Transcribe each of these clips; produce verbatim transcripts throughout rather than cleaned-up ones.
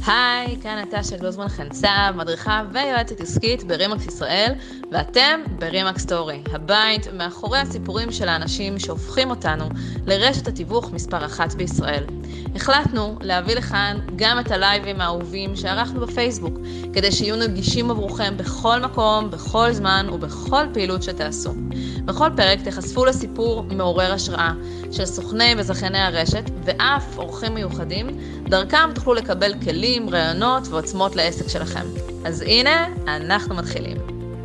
היי, כאן נטשה גלוזמן חנצב, מדריכה ויועצת עסקית ברימקס ישראל, ואתם ברימקס סטורי, הבית מאחורי הסיפורים של האנשים שהופכים אותנו לרשת התיווך מספר אחת בישראל. החלטנו להביא לכאן גם את הלייבים האהובים שערכנו בפייסבוק, כדי שיהיו נגישים עבורכם בכל מקום, בכל זמן ובכל פעילות שתעשו. בכל פרק תחשפו לסיפור מעורר השראה של סוכני וזכייני הרשת, ואף אורחים מיוחדים, דרכם תוכלו לקבל כלים, רעיונות ועוצמות לעסק שלכם. אז הנה, אנחנו מתחילים.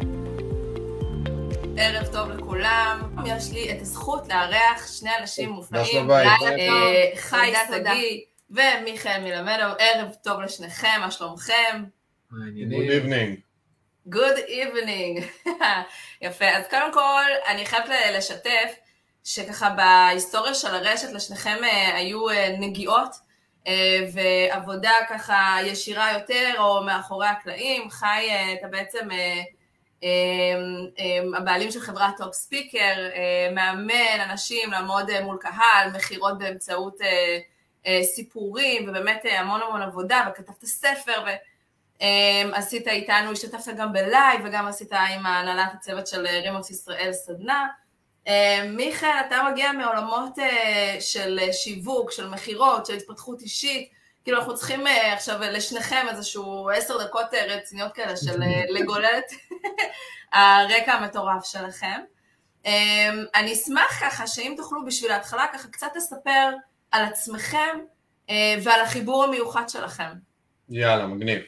ערב טוב לכולם, יש לי את הזכות לארח שני אנשים מופלאים, חי סגי ומיכאל מלמדו. ערב טוב לשניכם, מה שלומכם? Good evening. Good evening. יפה, אז קודם כל אני חייבת לשתף שככה בהיסטוריה של הרשת לשניכם היו נגיעות ועבודה ככה ישירה יותר או מאחורי הקלעים. חי, אתה בעצם הבעלים של חברת טופ ספיקר, מאמן אנשים לעמוד מול קהל, מחירות באמצעות סיפורים ובאמת המון המון עבודה, וכתבת ספר ועשית איתנו, השתתפת גם בלייב וגם עשית עם הנהלת הצוות של רימקס ישראל סדנה. מיכאל, אתה מגיע מעולמות של שיווק, של מחירות, של התפתחות אישית, כאילו אנחנו צריכים עכשיו לשניכם איזשהו עשר דקות רציניות כאלה של לגוללת הרקע המטורף שלכם. אני אשמח ככה שאם תוכלו בשביל ההתחלה ככה קצת לספר על עצמכם ועל החיבור המיוחד שלכם. יאללה, מגניב.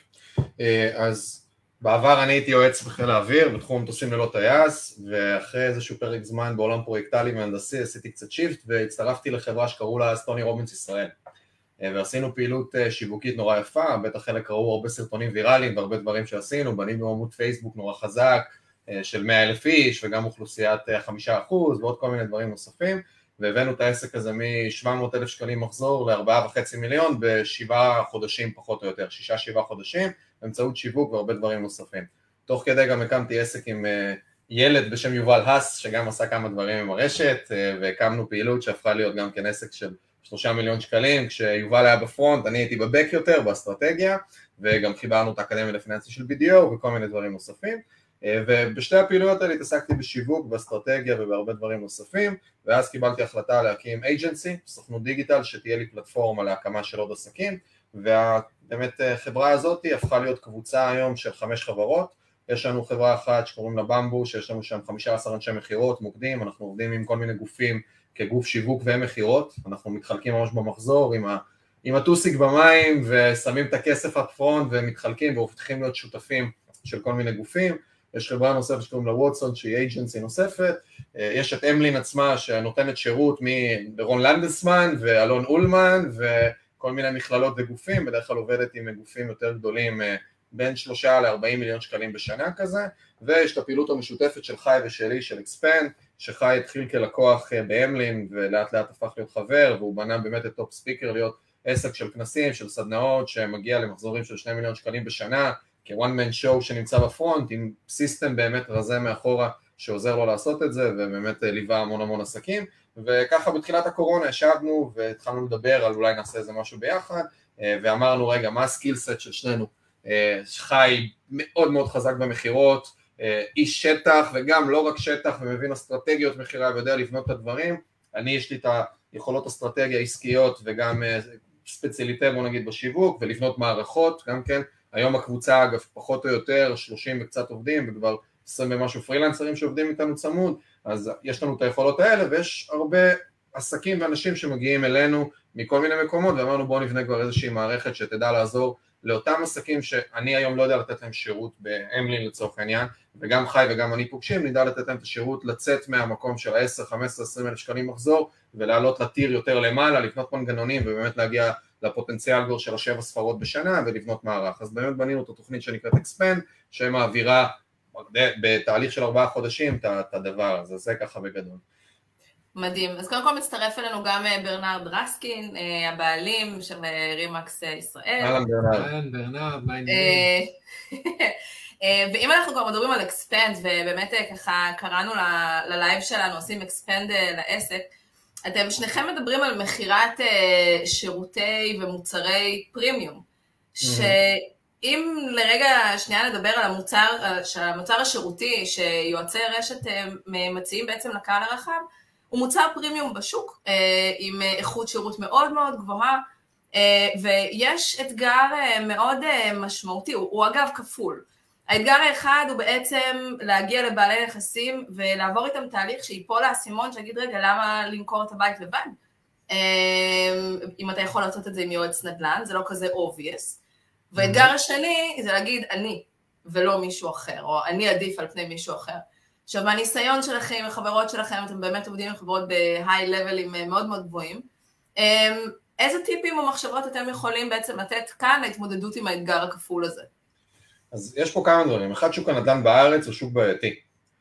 אז בעבר אני הייתי יועץ בחיל האוויר בתחום מטוסים ללא טייס, ואחרי איזשהו פרק זמן בעולם פרויקטלי והנדסי עשיתי קצת שיפט והצטרפתי לחברה שקראו לה סטוני רובינס ישראל. ועשינו פעילות שיווקית נורא יפה, בטח חלק ראו הרבה סרטונים ויראליים והרבה דברים שעשינו, בנינו עמוד פייסבוק נורא חזק של מאה אלף איש וגם אוכלוסיית חמישה אחוז ועוד כל מיני דברים נוספים, והבאנו את העסק הזה מ-שבע מאות אלף שקלים מחזור ל-ארבעה וחצי מיליון בשבעה חודשים פחות או יותר, שישה שבעה חודשים, באמצעות שיווק והרבה דברים נוספים. תוך כדי גם הקמתי עסק עם ילד בשם יובל הס, שגם עשה כמה דברים עם הרשת, והקמנו פעילות שהפכה להיות גם כן עסק של שלושה מיליון שקלים, כשיובל היה בפרונט, אני הייתי בבק יותר, באסטרטגיה, וגם חיברנו את האקדמיה לפיננסי של בי די או וכל מיני דברים נוספים, ובשתי הפעילויות האלה התעסקתי בשיווק, באסטרטגיה ובהרבה דברים נוספים, ואז קיבלתי החלטה להקים אייג'נסי, סוכנות דיגיטל, שתהיה לי פלטפורמה להקמה של עוד עסקים, ובאמת החברה הזאת הפכה להיות קבוצה היום של חמש חברות. יש לנו חברה אחת שקוראים לה במבו, שיש לנו שם חמישה עשר אנשי מחירות, מוקדים, אנחנו עובדים עם כל מיני גופים כגוף שיווק ומחירות, אנחנו מתחלקים ממש במחזור עם, ה, עם הטוסיק במים ושמים את הכסף הפרונט ומתחלקים והופכים להיות שותפים של כל מיני גופים. יש חברה נוספת שקוראים לה ווטסון שהיא אייג'נסי נוספת, יש את אמלין עצמה שנותנת שירות מרון לנדסמן ואלון אולמן וכל מיני מכללות וגופים, בדרך כלל עובדת עם גופים יותר גדולים בין שלושה לארבעים מיליון שקלים בשנה כזה, ויש את הפעילות המשותפת של חי ושלי של אקספנד, שחי התחיל כלקוח באמלין ולאט לאט הפך להיות חבר, והוא בנה באמת את טופ ספיקר להיות עסק של כנסים, של סדנאות, שמגיע למחזורים של שני מיליון שקלים בשנה, כ-one man show שנמצא בפרונט, עם סיסטם באמת רזה מאחורה שעוזר לו לעשות את זה, ובאמת ליווה המון המון עסקים, וככה בתחילת הקורונה ישבנו והתחלנו לדבר על אולי נעשה איזה משהו ביחד, ואמרנו רגע, מה הסקילסט של שנינו? חי מאוד מאוד חזק במחירות, איש שטח וגם לא רק שטח ומבין אסטרטגיות מחירה ויודע לבנות את הדברים, אני יש לי את היכולות אסטרטגיה עסקיות וגם ספציאליטה בוא נגיד בשיווק ולבנות מערכות גם כן. היום הקבוצה אגב פחות או יותר שלושים וקצת עובדים וכבר עשרים ומשהו פרילנסרים שעובדים איתנו צמוד, אז יש לנו את היכולות האלה ויש הרבה עסקים ואנשים שמגיעים אלינו מכל מיני מקומות, ואמרנו בואו נבנה כבר איזושהי מערכת שתדע לעזור לאותם עסקים שאני היום לא יודע לתת להם שירות באמלין לצורך העניין, וגם חי וגם אני פוגשים, נדע לתת להם את השירות לצאת מהמקום של עשר, חמש עשרה, עשרים אלף שקלים מחזור, ולעלות לטיר יותר למעלה, לבנות מנגנונים ובאמת להגיע לפוטנציאל גור של השבע ספרות בשנה ולבנות מערך. אז באמת בנינו את התוכנית שנקראת אקספנד, שמעבירה בתהליך של ארבעה חודשים את הדבר הזה, זה ככה בגדול. מדהים. אז קודם כל מצטרף אלינו גם ברנרד רסקין, הבעלים של רימקס ישראל. אהלן ברנרד. אהלן ברנרד, מה העניינים? ואם אנחנו כבר מדברים על אקספנד, ובאמת ככה קראנו ללייב שלנו, עושים אקספנד לעסק, אתם שניכם מדברים על מחירת שירותי ומוצרי פרימיום. שאם לרגע שנייה נדבר על המוצר, על המוצר השירותי שיועצי רשת מציעים בעצם לקהל הרחב, הוא מוצר פרימיום בשוק, עם איכות שירות מאוד מאוד גבוהה, ויש אתגר מאוד משמעותי, הוא, הוא אגב כפול. האתגר האחד הוא בעצם להגיע לבעלי נכסים ולעבור איתם תהליך שיפול לאסימון, שיגיד רגע למה למכור את הבית לבד, אם אתה יכול לעשות את זה עם יועץ נדל"ן, זה לא כזה obvious. והאתגר השני זה להגיד אני ולא מישהו אחר, או אני עדיף על פני מישהו אחר. עכשיו, מהניסיון שלכם, החברות שלכם, אתם באמת עובדים עם חברות בהיי לבלים מאוד מאוד גבוהים. איזה טיפים או מחשבות אתם יכולים בעצם לתת כאן להתמודדות עם האתגר הכפול הזה? אז יש פה כמה דברים. אחד, שוק הנדל"ן בארץ הוא שוק בעייתי.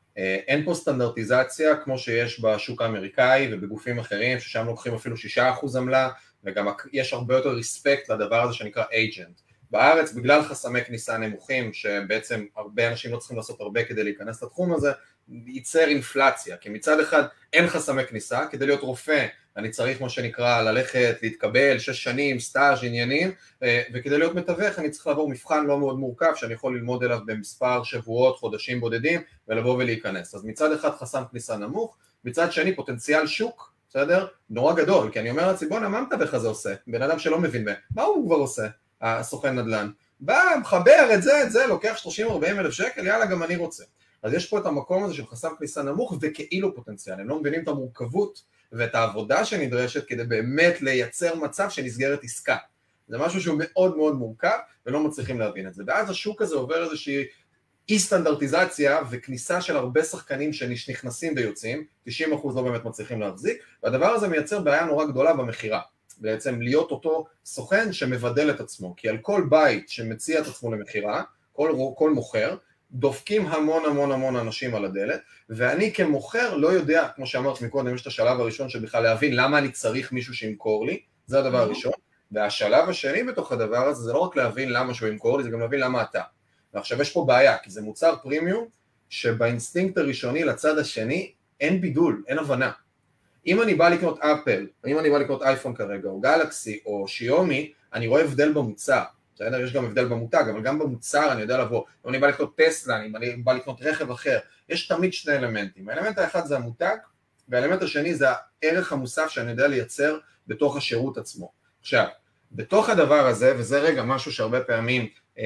אין פה סטנדרטיזציה כמו שיש בשוק האמריקאי ובגופים אחרים, ששם לוקחים אפילו שישה אחוז עמלה, וגם יש הרבה יותר ריספקט לדבר הזה שנקרא agent. בארץ, בגלל חסמי כניסה נמוכים, שבעצם הרבה אנשים לא צריכים לעשות הרבה כדי להיכנס לתחום הזה, ייצר אינפלציה, כי מצד אחד אין חסמי כניסה, כדי להיות רופא, אני צריך מה שנקרא ללכת, להתקבל, שש שנים, סטאז' עניינים, וכדי להיות מתווך אני צריך לעבור מבחן לא מאוד מורכב, שאני יכול ללמוד אליו במספר שבועות, חודשים בודדים, ולבוא ולהיכנס. אז מצד אחד חסם כניסה נמוך, מצד שני פוטנציאל שוק, בסדר? נורא גדול, כי אני אומר לעצמי, בוא, מה מתווך הזה עושה? בן אדם שלא מבין מה, מה הוא כבר עושה? הסוכן נדל"ן, בא, מחבר את זה, את זה, לוקח שלושים ארבעים אלף שקל, יאללה, גם אני רוצה. אז יש פה את המקום הזה של חסם כניסה נמוך וכאילו פוטנציאל, הם לא מבינים את המורכבות ואת העבודה שנדרשת כדי באמת לייצר מצב שנסגרת עסקה. זה משהו שהוא מאוד מאוד מורכב ולא מצליחים להבין את זה. ואז השוק הזה עובר איזושהי אי סטנדרטיזציה וכניסה של הרבה שחקנים שנכנסים ויוצאים, תשעים אחוז לא באמת מצליחים להחזיק, והדבר הזה מייצר בעיה נורא גדולה במחירה. בעצם להיות אותו סוכן שמבדל את עצמו, כי על כל בית שמציע את עצמו למחירה, כל, כל מוכר, דופקים המון המון המון אנשים על הדלת, ואני כמוכר לא יודע, כמו שאמרת מקודם, יש את השלב הראשון של בכלל להבין למה אני צריך מישהו שימכור לי, זה הדבר הראשון, והשלב השני בתוך הדבר הזה, זה לא רק להבין למה שהוא ימכור לי, זה גם להבין למה אתה. ועכשיו יש פה בעיה, כי זה מוצר פרימיום, שבאינסטינקט הראשוני לצד השני, אין בידול, אין הבנה. אם אני בא לקנות אפל, אם אני בא לקנות אייפון כרגע, או גלקסי, או שיומי, אני רואה הבדל במוצר. בסדר? יש גם הבדל במותג, אבל גם במוצר אני יודע לבוא. אם אני בא לקנות טסלה, אם אני בא לקנות רכב אחר, יש תמיד שני אלמנטים. האלמנט האחד זה המותג, והאלמנט השני זה הערך המוסף שאני יודע לייצר בתוך השירות עצמו. עכשיו, בתוך הדבר הזה, וזה רגע משהו שהרבה פעמים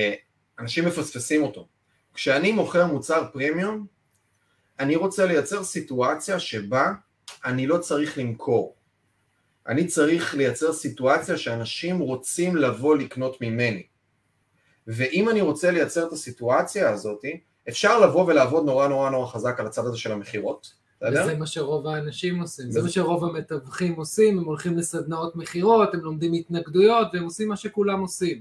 אנשים מפספסים אותו, כשאני מוכר מוצר פרימיום, אני רוצה לייצר סיטואציה שבה אני לא צריך למכור. אני צריך לייצר סיטואציה שאנשים רוצים לבוא לקנות ממני. ואם אני רוצה לייצר את הסיטואציה הזאת, אפשר לבוא ולעבוד נורא נורא נורא חזק על הצד הזה של המחירות. וזה מה שרוב האנשים עושים, זה מה שרוב המתווכים עושים, הם הולכים לסדנאות מחירות, הם לומדים התנגדויות, והם עושים מה שכולם עושים.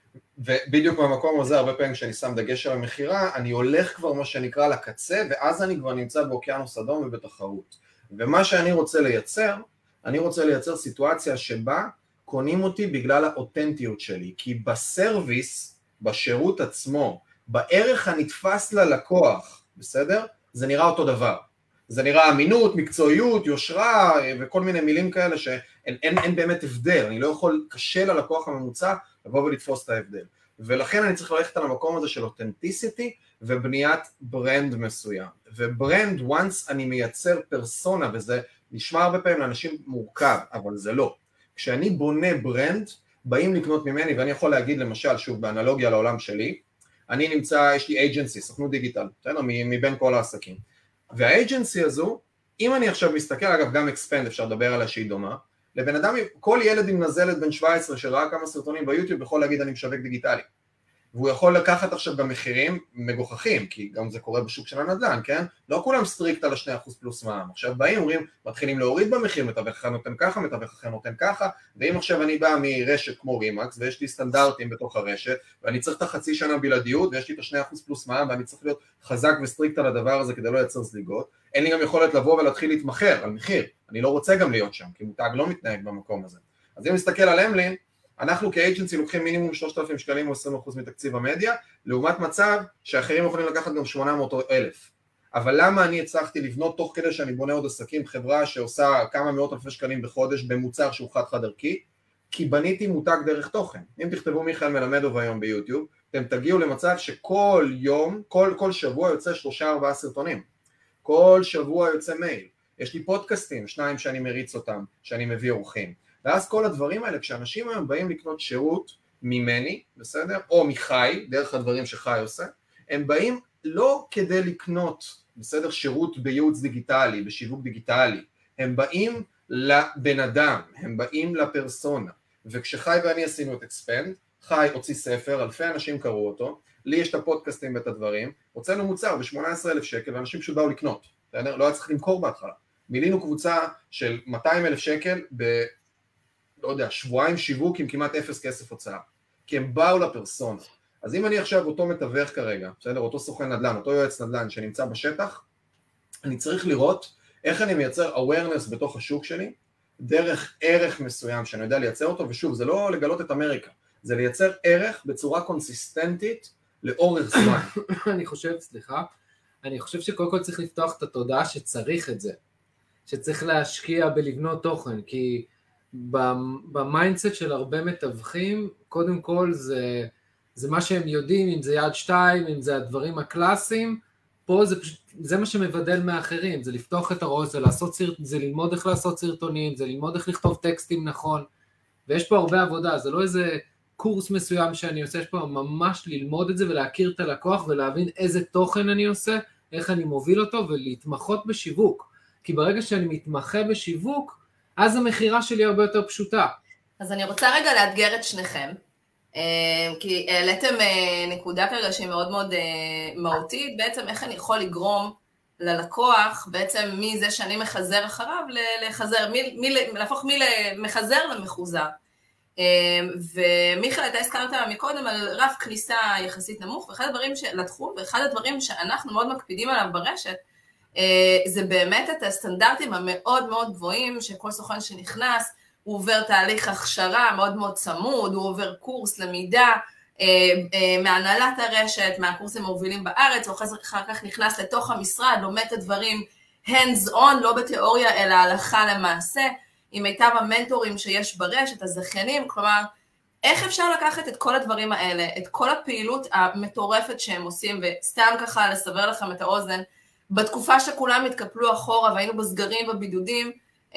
ובדיוק במקום הזה, הרבה פעמים כשאני שם דגש על המחירה, אני הולך כבר מה שנקרא לקצה, ואז אני כבר נמצא באוקיינוס אדום ובתחרות. ומה שאני רוצה לייצר, אני רוצה לייצר סיטואציה שבה קונים אותי בגלל האותנטיות שלי, כי בסרוויס, בשירות עצמו, בערך הנתפס ללקוח, בסדר? זה נראה אותו דבר. זה נראה אמינות, מקצועיות, יושרה וכל מיני מילים כאלה שאין אין, אין באמת הבדל, אני לא יכול, קשה ללקוח הממוצע לבוא ולתפוס את ההבדל. ולכן אני צריך ללכת על המקום הזה של אותנטיסיטי ובניית ברנד מסוים. וברנד, once אני מייצר פרסונה, וזה נשמע הרבה פעמים לאנשים מורכב, אבל זה לא. כשאני בונה ברנד, באים לקנות ממני, ואני יכול להגיד למשל, שוב, באנלוגיה לעולם שלי, אני נמצא, יש לי אייג'נסי, סוכנות דיגיטל, בסדר? מבין כל העסקים. והאייג'נסי הזו, אם אני עכשיו מסתכל, אגב, גם אקספנד, אפשר לדבר עליה שהיא דומה, לבן אדם, כל ילד עם נזלת בן שבע עשרה שראה כמה סרטונים ביוטיוב, יכול להגיד אני משווק דיגיטלי. והוא יכול לקחת עכשיו במחירים מגוחכים, כי גם זה קורה בשוק של הנדל"ן, כן? לא כולם סטריקט על ה-שני אחוז פלוס מע"מ. עכשיו באים, אומרים, מתחילים להוריד במחיר, מתווך אחר נותן ככה, מתווך אחר נותן ככה, ואם עכשיו אני בא מרשת כמו רימקס, ויש לי סטנדרטים בתוך הרשת, ואני צריך את החצי שנה בלעדיות, ויש לי את ה-שני אחוז פלוס מע"מ, ואני צריך להיות חזק וסטריקט על הדבר הזה כדי לא לייצר זליגות, אין לי גם יכולת לבוא ולהתחיל להתמחר על מחיר. אני לא רוצה גם להיות שם, כי מותג לא מתנהג במקום הזה. אז אם נסתכל על אמלין, אנחנו כאג'נסי לוקחים מינימום שלושת אלפים שקלים או עשרים אחוז מתקציב המדיה, לעומת מצב שאחרים יכולים לקחת גם שמונה מאות אלף. אבל למה אני הצלחתי לבנות תוך כדי שאני בונה עוד עסקים, חברה שעושה כמה מאות אלפי שקלים בחודש במוצר שהוא חד חד ערכי? כי בניתי מותג דרך תוכן. אם תכתבו מיכאל מלמדוב היום ביוטיוב, אתם תגיעו למצב שכל יום, כל, כל שבוע יוצא שלושה ארבעה סרטונים. כל שבוע יוצא מייל. יש לי פודקאסטים, שניים שאני מריץ אותם, שאני מביא אורחים. ואז כל הדברים האלה, כשאנשים היום באים לקנות שירות ממני, בסדר? או מחי, דרך הדברים שחי עושה, הם באים לא כדי לקנות, בסדר? שירות בייעוץ דיגיטלי, בשיווק דיגיטלי. הם באים לבן אדם, הם באים לפרסונה. וכשחי ואני עשינו את אקספנד, חי הוציא ספר, אלפי אנשים קראו אותו, לי יש את הפודקאסטים ואת הדברים, הוצאנו מוצר ב-שמונה עשרה אלף שקל, ואנשים פשוט באו לקנות, בסדר? לא היה צריך למכור בהתחלה. מילינו קבוצה של מאתיים אלף שקל ב, לא יודע, שבועיים שיווק עם כמעט אפס כסף הוצאה, כי הם באו לפרסונה. אז אם אני עכשיו אותו מתווך כרגע, בסדר? אותו סוכן נדל"ן, אותו יועץ נדל"ן שנמצא בשטח, אני צריך לראות איך אני מייצר awareness בתוך השוק שלי, דרך ערך מסוים שאני יודע לייצר אותו, ושוב, זה לא לגלות את אמריקה, זה לייצר ערך בצורה קונסיסטנטית לאורך זמן. אני חושב, סליחה, אני חושב שקודם כל צריך לפתוח את התודעה שצריך את זה, שצריך להשקיע בלבנות תוכן, כי במיינדסט של הרבה מתווכים, קודם כל זה, זה מה שהם יודעים, אם זה יד שתיים, אם זה הדברים הקלאסיים, פה זה, זה מה שמבדל מאחרים, זה לפתוח את הראש, זה, לעשות סרט, זה ללמוד איך לעשות סרטונים, זה ללמוד איך לכתוב טקסטים נכון, ויש פה הרבה עבודה, זה לא איזה קורס מסוים שאני עושה, יש פה ממש ללמוד את זה ולהכיר את הלקוח ולהבין איזה תוכן אני עושה, איך אני מוביל אותו ולהתמחות בשיווק, כי ברגע שאני מתמחה בשיווק, אז המחירה שלי הרבה יותר פשוטה. אז אני רוצה רגע לאתגר את שניכם, כי העליתם נקודה כרגע שהיא מאוד מאוד מהותית, בעצם איך אני יכול לגרום ללקוח, בעצם מזה שאני מחזר אחריו, לחזר, מי, מי, להפוך ממחזר למחוזר. ומיכאל, אתה הזכרת מקודם על רף כניסה יחסית נמוך, ואחד הדברים לתחום, ואחד הדברים שאנחנו מאוד מקפידים עליו ברשת, זה באמת את הסטנדרטים המאוד מאוד גבוהים, שכל סוכן שנכנס, הוא עובר תהליך הכשרה מאוד מאוד צמוד, הוא עובר קורס למידה, מהנהלת הרשת, מהקורסים המובילים בארץ, הוא אחר כך נכנס לתוך המשרד, לומד את הדברים hands on, לא בתיאוריה, אלא הלכה למעשה, עם מיטב המנטורים שיש ברשת, הזכיינים, כלומר, איך אפשר לקחת את כל הדברים האלה, את כל הפעילות המטורפת שהם עושים, וסתם ככה לסבר לכם את האוזן, בתקופה שכולם התקפלו אחורה, והיינו בסגרים ובבידודים,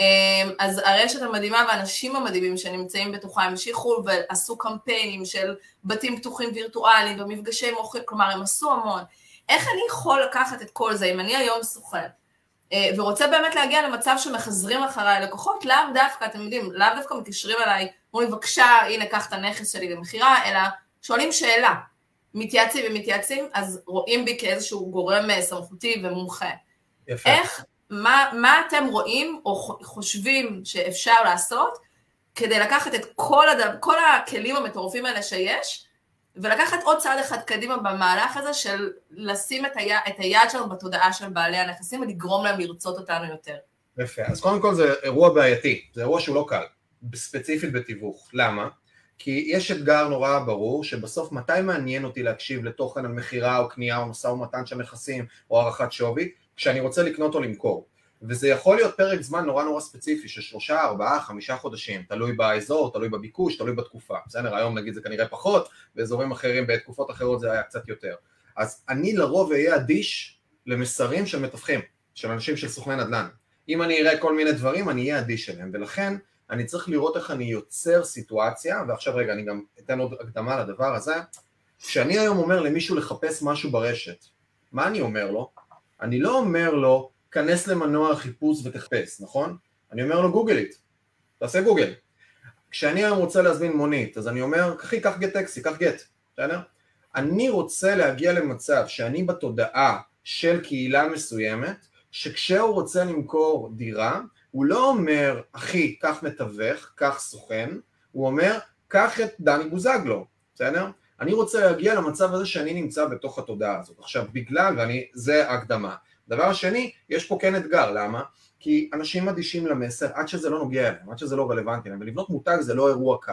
אז הרשת המדהימה והאנשים המדהימים שנמצאים בתוכה, המשיכו ועשו קמפיינים של בתים פתוחים וירטואליים, ומפגשי מוכרים, כלומר, הם עשו המון. איך אני יכול לקחת את כל זה, אם אני היום סוכן, ורוצה באמת להגיע למצב שמחזרים אחריי לקוחות, לאו דווקא, אתם יודעים, לאו דווקא מתקשרים אליי, אומרים, בבקשה, הנה, קח את הנכס שלי למחירה, אלא שואלים שאלה, מתייעצים ומתייעצים, אז רואים בי כאיזשהו גורם סמכותי ומומחה. יפה. איך, מה, מה אתם רואים או חושבים שאפשר לעשות, כדי לקחת את כל, הדבר, כל הכלים המטורפים האלה שיש, ולקחת עוד צעד אחד קדימה במהלך הזה של לשים את, היד, את היד שלנו בתודעה של בעלי הנכסים ולגרום להם לרצות אותנו יותר. יפה, אז קודם כל זה אירוע בעייתי, זה אירוע שהוא לא קל, ספציפית בתיווך. למה? כי יש אתגר נורא ברור שבסוף מתי מעניין אותי להקשיב לתוכן על מחירה או קנייה או משא ומתן של נכסים או הערכת שווי, כשאני רוצה לקנות או למכור. וזה יכול להיות פרק זמן נורא נורא ספציפי של שלושה, ארבעה, חמישה חודשים, תלוי באזור, תלוי בביקוש, תלוי בתקופה. בסדר, היום נגיד זה כנראה פחות, באזורים אחרים, בתקופות אחרות זה היה קצת יותר. אז אני לרוב אהיה אדיש למסרים של מתווכים, של אנשים של סוכני נדל"ן. אם אני אראה כל מיני דברים, אני אהיה אדיש אליהם, ולכן אני צריך לראות איך אני יוצר סיטואציה, ועכשיו רגע, אני גם אתן עוד הקדמה לדבר הזה, כשאני היום אומר למישהו לחפש משהו ברשת, מה אני אומר לו? אני לא אומר לו, כנס למנוע חיפוש ותחפש, נכון? אני אומר לו גוגלית, תעשה גוגל. כשאני היום רוצה להזמין מונית, אז אני אומר, קחי, קח גט טקסי, קח גט, בסדר? אני רוצה להגיע למצב שאני בתודעה של קהילה מסוימת, שכשהוא רוצה למכור דירה, הוא לא אומר, אחי, קח מתווך, קח סוכן, הוא אומר, קח את דני בוזגלו, בסדר? אני רוצה להגיע למצב הזה שאני נמצא בתוך התודעה הזאת. עכשיו, בגלל, ואני, זה הקדמה. דבר שני, יש פה כן אתגר, למה? כי אנשים אדישים למסר עד שזה לא נוגע אליהם, עד שזה לא רלוונטי להם, ולבנות מותג זה לא אירוע קל.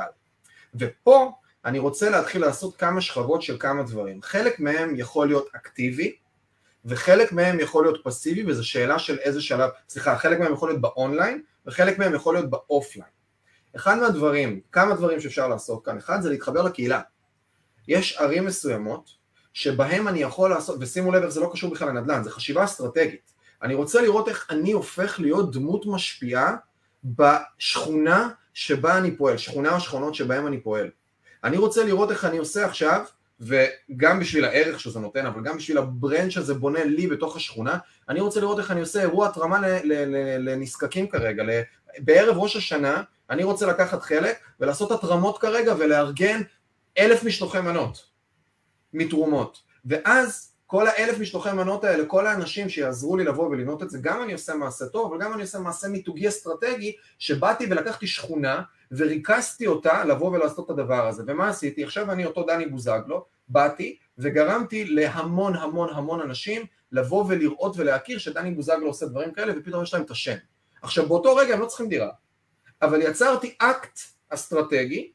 ופה אני רוצה להתחיל לעשות כמה שכבות של כמה דברים. חלק מהם יכול להיות אקטיבי, וחלק מהם יכול להיות פסיבי, וזו שאלה של איזה שלב, סליחה, חלק מהם יכול להיות באונליין, וחלק מהם יכול להיות באופליין. אחד מהדברים, כמה דברים שאפשר לעשות כאן, אחד זה להתחבר לקהילה. יש ערים מסוימות שבהם אני יכול לעשות, ושימו לב איך זה לא קשור בכלל לנדל"ן, זה חשיבה אסטרטגית. אני רוצה לראות איך אני הופך להיות דמות משפיעה בשכונה שבה אני פועל, שכונה או שכונות שבהם אני פועל. אני רוצה לראות איך אני עושה עכשיו, וגם בשביל הערך שזה נותן, אבל גם בשביל הברנד שזה בונה לי בתוך השכונה, אני רוצה לראות איך אני עושה אירוע תרמה לנזקקים כרגע, בערב ראש השנה, אני רוצה לקחת חלק ולעשות התרמות כרגע ולארגן אלף משלוחי מנות מתרומות, ואז כל האלף משלוחי מנות האלה, כל האנשים שיעזרו לי לבוא ולבנות את זה, גם אני עושה מעשה טוב, אבל גם אני עושה מעשה מיתוגי אסטרטגי, שבאתי ולקחתי שכונה וריכסתי אותה לבוא ולעשות את הדבר הזה. ומה עשיתי? עכשיו אני אותו דני בוזגלו, באתי וגרמתי להמון המון המון אנשים לבוא ולראות ולהכיר שדני בוזגלו עושה דברים כאלה, ופתאום יש להם את השם. עכשיו באותו רגע הם לא צריכים דירה, אבל יצרתי אקט אסטרטגי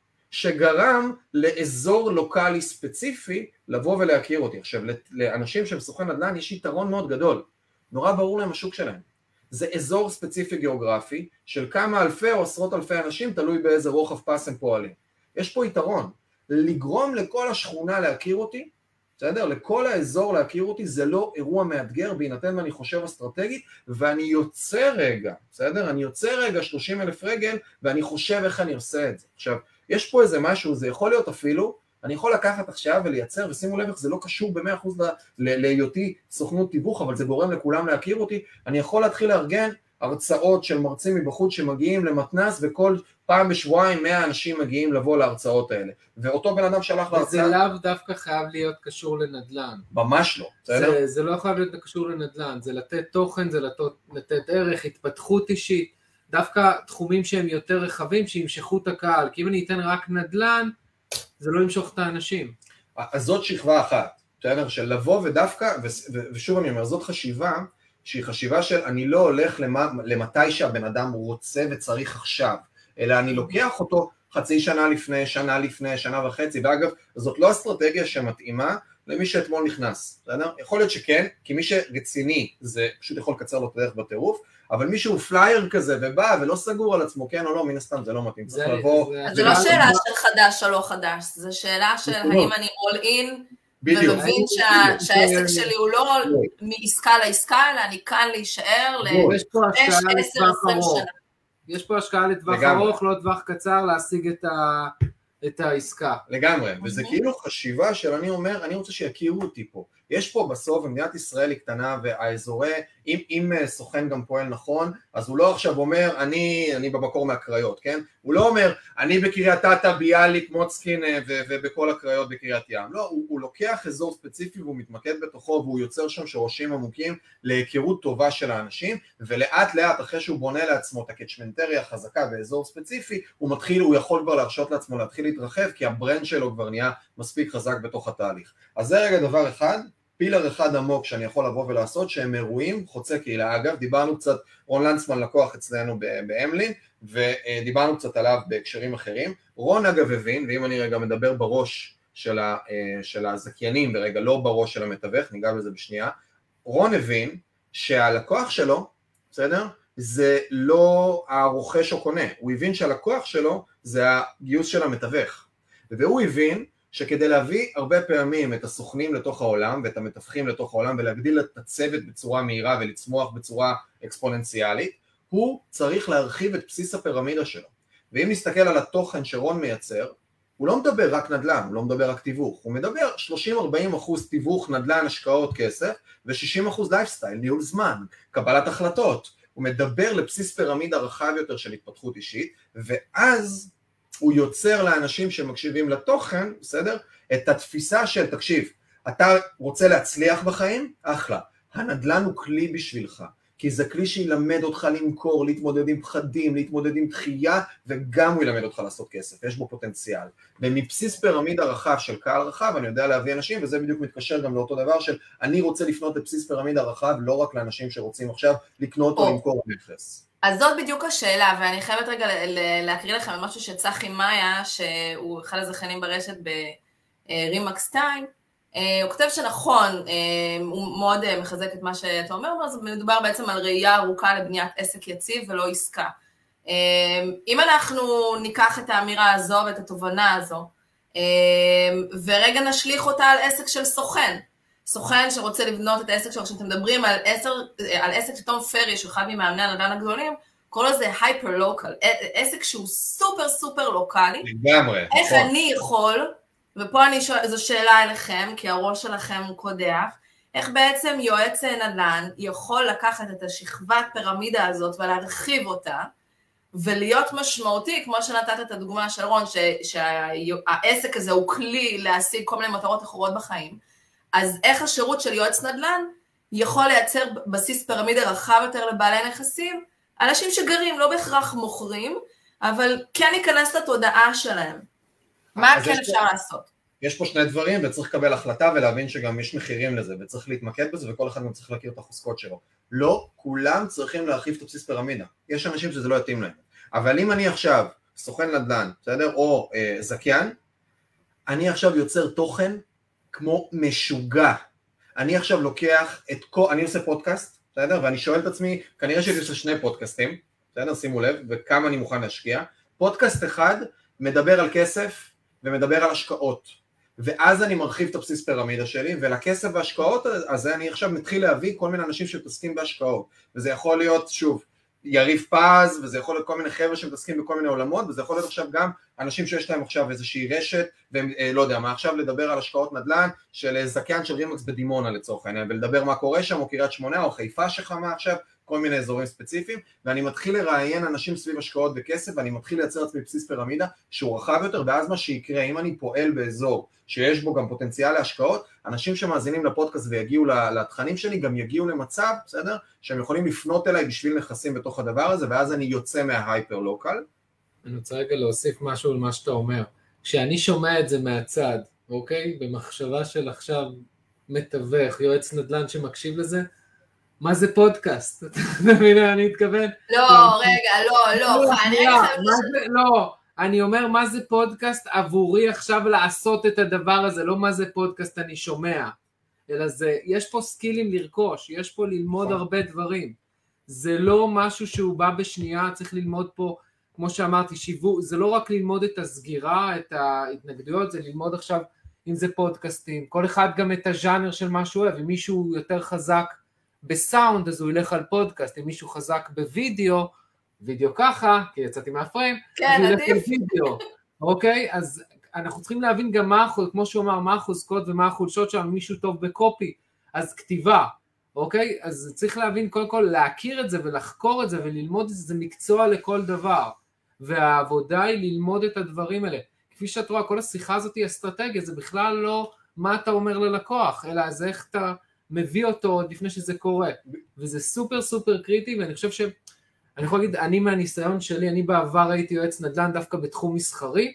שגרם לאזור לוקלי ספציפי לבוא ולהכיר אותי. עכשיו לאנשים שהם סוכן נדל"ן יש יתרון מאוד גדול, נורא ברור להם השוק שלהם. זה אזור ספציפי גיאוגרפי של כמה אלפי או עשרות אלפי אנשים, תלוי באיזה רוחב פס הם פועלים. יש פה יתרון, לגרום לכל השכונה להכיר אותי, בסדר? לכל האזור להכיר אותי, זה לא אירוע מאתגר, בהינתן ואני חושב אסטרטגית, ואני יוצא רגע, בסדר? אני יוצא רגע שלושים אלף רגל, ואני חושב איך אני עושה את זה. עכשיו, יש פה איזה משהו, זה יכול להיות אפילו, אני יכול לקחת עכשיו ולייצר, ושימו לב איך זה לא קשור ב-מאה אחוז להיותי סוכנות תיווך, אבל זה גורם לכולם להכיר אותי, אני יכול להתחיל לארגן הרצאות של מרצים מבחוץ שמגיעים למתנס, וכל פעם בשבועיים מאה אנשים מגיעים לבוא להרצאות האלה, ואותו בן אדם שלח להרצאה. וזה לאו דווקא חייב להיות קשור לנדל"ן. ממש לא. זה, זה לא חייב להיות קשור לנדל"ן, זה לתת תוכן, זה לתת, לתת ערך, התפתחות אישית, דווקא תחומים שהם יותר רחבים, שימשכו את הקהל, כי אם אני אתן רק נדל"ן, זה לא ימשוך את האנשים. אז זאת שכבה אחת, בסדר? של לבוא ודווקא, ושוב אני אומר, זאת חשיבה, שהיא חשיבה של אני לא הולך למתי שהבן אדם רוצה וצריך עכשיו, אלא אני לוקח אותו חצי שנה לפני, שנה לפני, שנה וחצי, ואגב, זאת לא אסטרטגיה שמתאימה למי שאתמול נכנס, בסדר? יכול להיות שכן, כי מי שרציני, זה פשוט יכול לקצר לו את הדרך בטירוף, אבל מי שהוא פלייר כזה ובא ולא סגור על עצמו, כן או לא, מן הסתם זה לא מתאים, צריך לבוא. אז זה לא שאלה של חדש או לא חדש, זה שאלה של האם אני all in, ומבין שהעסק שלי הוא לא מעסקה לעסקה, אלא אני כאן להישאר ל-חמש, עשר, עשרים שנה. יש פה השקעה לטווח ארוך, לא טווח קצר, להשיג את ה... את העסקה. לגמרי, וזה כאילו חשיבה של אני אומר, אני רוצה שיכירו אותי פה. יש פה בסוף, במדינת ישראל היא קטנה, והאזורי, אם, אם סוכן גם פועל נכון, אז הוא לא עכשיו אומר, אני, אני במקור מהקריות, כן? הוא לא אומר, אני בקריית אתא, ביאליק, מוצקין, ו- ובכל הקריות בקריית ים. לא, הוא, הוא לוקח אזור ספציפי, והוא מתמקד בתוכו, והוא יוצר שם שורשים עמוקים, להיכרות טובה של האנשים, ולאט לאט, אחרי שהוא בונה לעצמו את הקצ'מנטריה החזקה באזור ספציפי, הוא מתחיל, הוא יכול כבר להרשות לעצמו להתחיל להתרחב, כי הברנד שלו כבר נהיה מספיק חזק בתוך התהליך. אז זה רגע דבר אחד, פילר אחד עמוק שאני יכול לבוא ולעשות, שהם אירועים חוצי קהילה. אגב, דיברנו קצת, רון לנצמן לקוח אצלנו באמלין, ודיברנו קצת עליו בהקשרים אחרים. רון אגב הבין, ואם אני רגע מדבר בראש של, ה, של הזכיינים, ורגע לא בראש של המתווך, ניגע בזה בשנייה, רון הבין שהלקוח שלו, בסדר? זה לא הרוכש או קונה, הוא הבין שהלקוח שלו זה הגיוס של המתווך, והוא הבין שכדי להביא הרבה פעמים את הסוכנים לתוך העולם ואת המתווכים לתוך העולם ולהגדיל את הצוות בצורה מהירה ולצמוח בצורה אקספוננציאלית, הוא צריך להרחיב את בסיס הפירמידה שלו. ואם נסתכל על התוכן שרון מייצר, הוא לא מדבר רק נדל"ן, הוא לא מדבר רק תיווך, הוא מדבר שלושים עד ארבעים אחוז תיווך, נדל"ן, השקעות, כסף, ו-שישים אחוז לייפסטייל, ניהול זמן, קבלת החלטות. הוא מדבר לבסיס פירמידה רחב יותר של התפתחות אישית, ואז הוא יוצר לאנשים שמקשיבים לתוכן, בסדר? את התפיסה של, תקשיב, אתה רוצה להצליח בחיים? אחלה. הנדל"ן הוא כלי בשבילך, כי זה כלי שילמד אותך למכור, להתמודד עם פחדים, להתמודד עם דחייה, וגם הוא ילמד אותך לעשות כסף, יש בו פוטנציאל. ומבסיס פירמידה רחב של קהל רחב, אני יודע להביא אנשים, וזה בדיוק מתקשר גם לאותו דבר של, אני רוצה לפנות לבסיס פירמידה רחב, לא רק לאנשים שרוצים עכשיו לקנות או למכור נכס. אז זאת בדיוק השאלה, ואני חייבת רגע להקריא לכם משהו שצחי מאיה, שהוא אחד הזכיינים ברשת ברימקס טיים, הוא כותב שנכון, הוא מאוד מחזק את מה שאתה אומר, אז מדובר בעצם על ראייה ארוכה לבניית עסק יציב ולא עסקה. אם אנחנו ניקח את האמירה הזו ואת התובנה הזו, ורגע נשליך אותה על עסק של סוכן, סוכן שרוצה לבנות את העסק שלו, כשאתם מדברים על, עשר, על עסק של תום פרי, שאחד ממאמני הנדל"ן הגדולים, קורא לזה הייפר לוקל, עסק שהוא סופר סופר לוקלי. לגמרי. איך אני יכול, ופה אני שואל, זו שאלה אליכם, כי הראש שלכם הוא קודח, איך בעצם יועץ נדל"ן יכול לקחת את השכבת פירמידה הזאת ולהרחיב אותה, ולהיות משמעותי, כמו שנתת את הדוגמה של רון, שהעסק הזה הוא כלי להשיג כל מיני מטרות אחרות בחיים, אז איך השירות של יועץ נדל"ן יכול לייצר בסיס פירמידה רחב יותר לבעלי נכסים, אנשים שגרים, לא בהכרח מוכרים, אבל כן ייכנס לתודעה שלהם. מה כן אפשר פה, לעשות? יש פה שני דברים, וצריך לקבל החלטה ולהבין שגם יש מחירים לזה, וצריך להתמקד בזה, וכל אחד גם צריך להכיר את החוזקות שלו. לא כולם צריכים להרחיב את הבסיס פירמידה. יש אנשים שזה לא יתאים להם. אבל אם אני עכשיו סוכן נדל"ן, בסדר? או אה, זכיין, אני עכשיו יוצר תוכן כמו משוגע. אני עכשיו לוקח את כל, אני עושה פודקאסט, בסדר? ואני שואל את עצמי, כנראה שאני עושה שני פודקאסטים, בסדר? שימו לב, וכמה אני מוכן להשקיע. פודקאסט אחד מדבר על כסף ומדבר על השקעות. ואז אני מרחיב את הבסיס פירמידה שלי, ולכסף והשקעות הזה אני עכשיו מתחיל להביא כל מיני אנשים שמתעסקים בהשקעות. וזה יכול להיות, שוב, יריב פז, וזה יכול להיות כל מיני חבר'ה שמתעסקים בכל מיני עולמות, וזה יכול להיות עכשיו גם אנשים שיש להם עכשיו איזושהי רשת, והם לא יודע מה, עכשיו לדבר על השקעות נדל"ן של זכיין של רימקס בדימונה לצורך העניין, ולדבר מה קורה שם, או קריית שמונה, או חיפה שחמה עכשיו, כל מיני אזורים ספציפיים, ואני מתחיל לראיין אנשים סביב השקעות וכסף, ואני מתחיל לייצר עצמי בסיס פירמידה שהוא רחב יותר, ואז מה שיקרה, אם אני פועל באזור שיש בו גם פוטנציאל להשקעות, אנשים שמאזינים לפודקאסט ויגיעו לתכנים שלי, גם יגיעו למצב, בסדר? שהם יכולים לפנות אליי בשביל נכסים בתוך הדבר הזה, ואז אני יוצא מההייפר לוקל. אני רוצה רגע להוסיף משהו על מה שאתה אומר. כשאני שומע את זה מהצד, אוקיי? במחשבה של עכשיו מתווך, יועץ נדל"ן שמקשיב לזה, מה זה פודקאסט? אתה מבין מה אני מתכוון? לא, רגע, לא, לא, לא, אני אומר מה זה פודקאסט עבורי עכשיו לעשות את הדבר הזה, לא מה זה פודקאסט אני שומע, אלא זה, יש פה סקילים לרכוש, יש פה ללמוד הרבה דברים, זה לא משהו שהוא בא בשנייה, צריך ללמוד פה, כמו שאמרתי, שיווק, זה לא רק ללמוד את הסגירה, את ההתנגדויות, זה ללמוד עכשיו אם זה פודקאסטים, כל אחד גם את הז'אנר של מה שהוא אוהב, אם מישהו יותר חזק בסאונד, אז הוא ילך על פודקאסט, אם מישהו חזק בווידאו, וידאו ככה, כי יצאתי מהפריים, כן, אז הוא ילך על וידאו, אוקיי? אז אנחנו צריכים להבין גם מה, כמו שהוא אמר, מה החוזקות ומה החולשות שלנו, מישהו טוב בקופי, אז כתיבה, אוקיי? אז צריך להבין, קודם כל, להכיר את זה ולחקור את זה וללמוד את זה, זה מקצוע לכל דבר, והעבודה היא ללמוד את הדברים האלה. כפי שאת רואה, כל השיחה הזאת היא אסטרטגיה, זה בכלל לא מה אתה אומר ללקוח, אלא זה איך אתה מביא אותו עוד לפני שזה קורה, וזה סופר סופר קריטי, ואני חושב ש... אני יכול להגיד, אני מהניסיון שלי, אני בעבר הייתי יועץ נדל"ן דווקא בתחום מסחרי,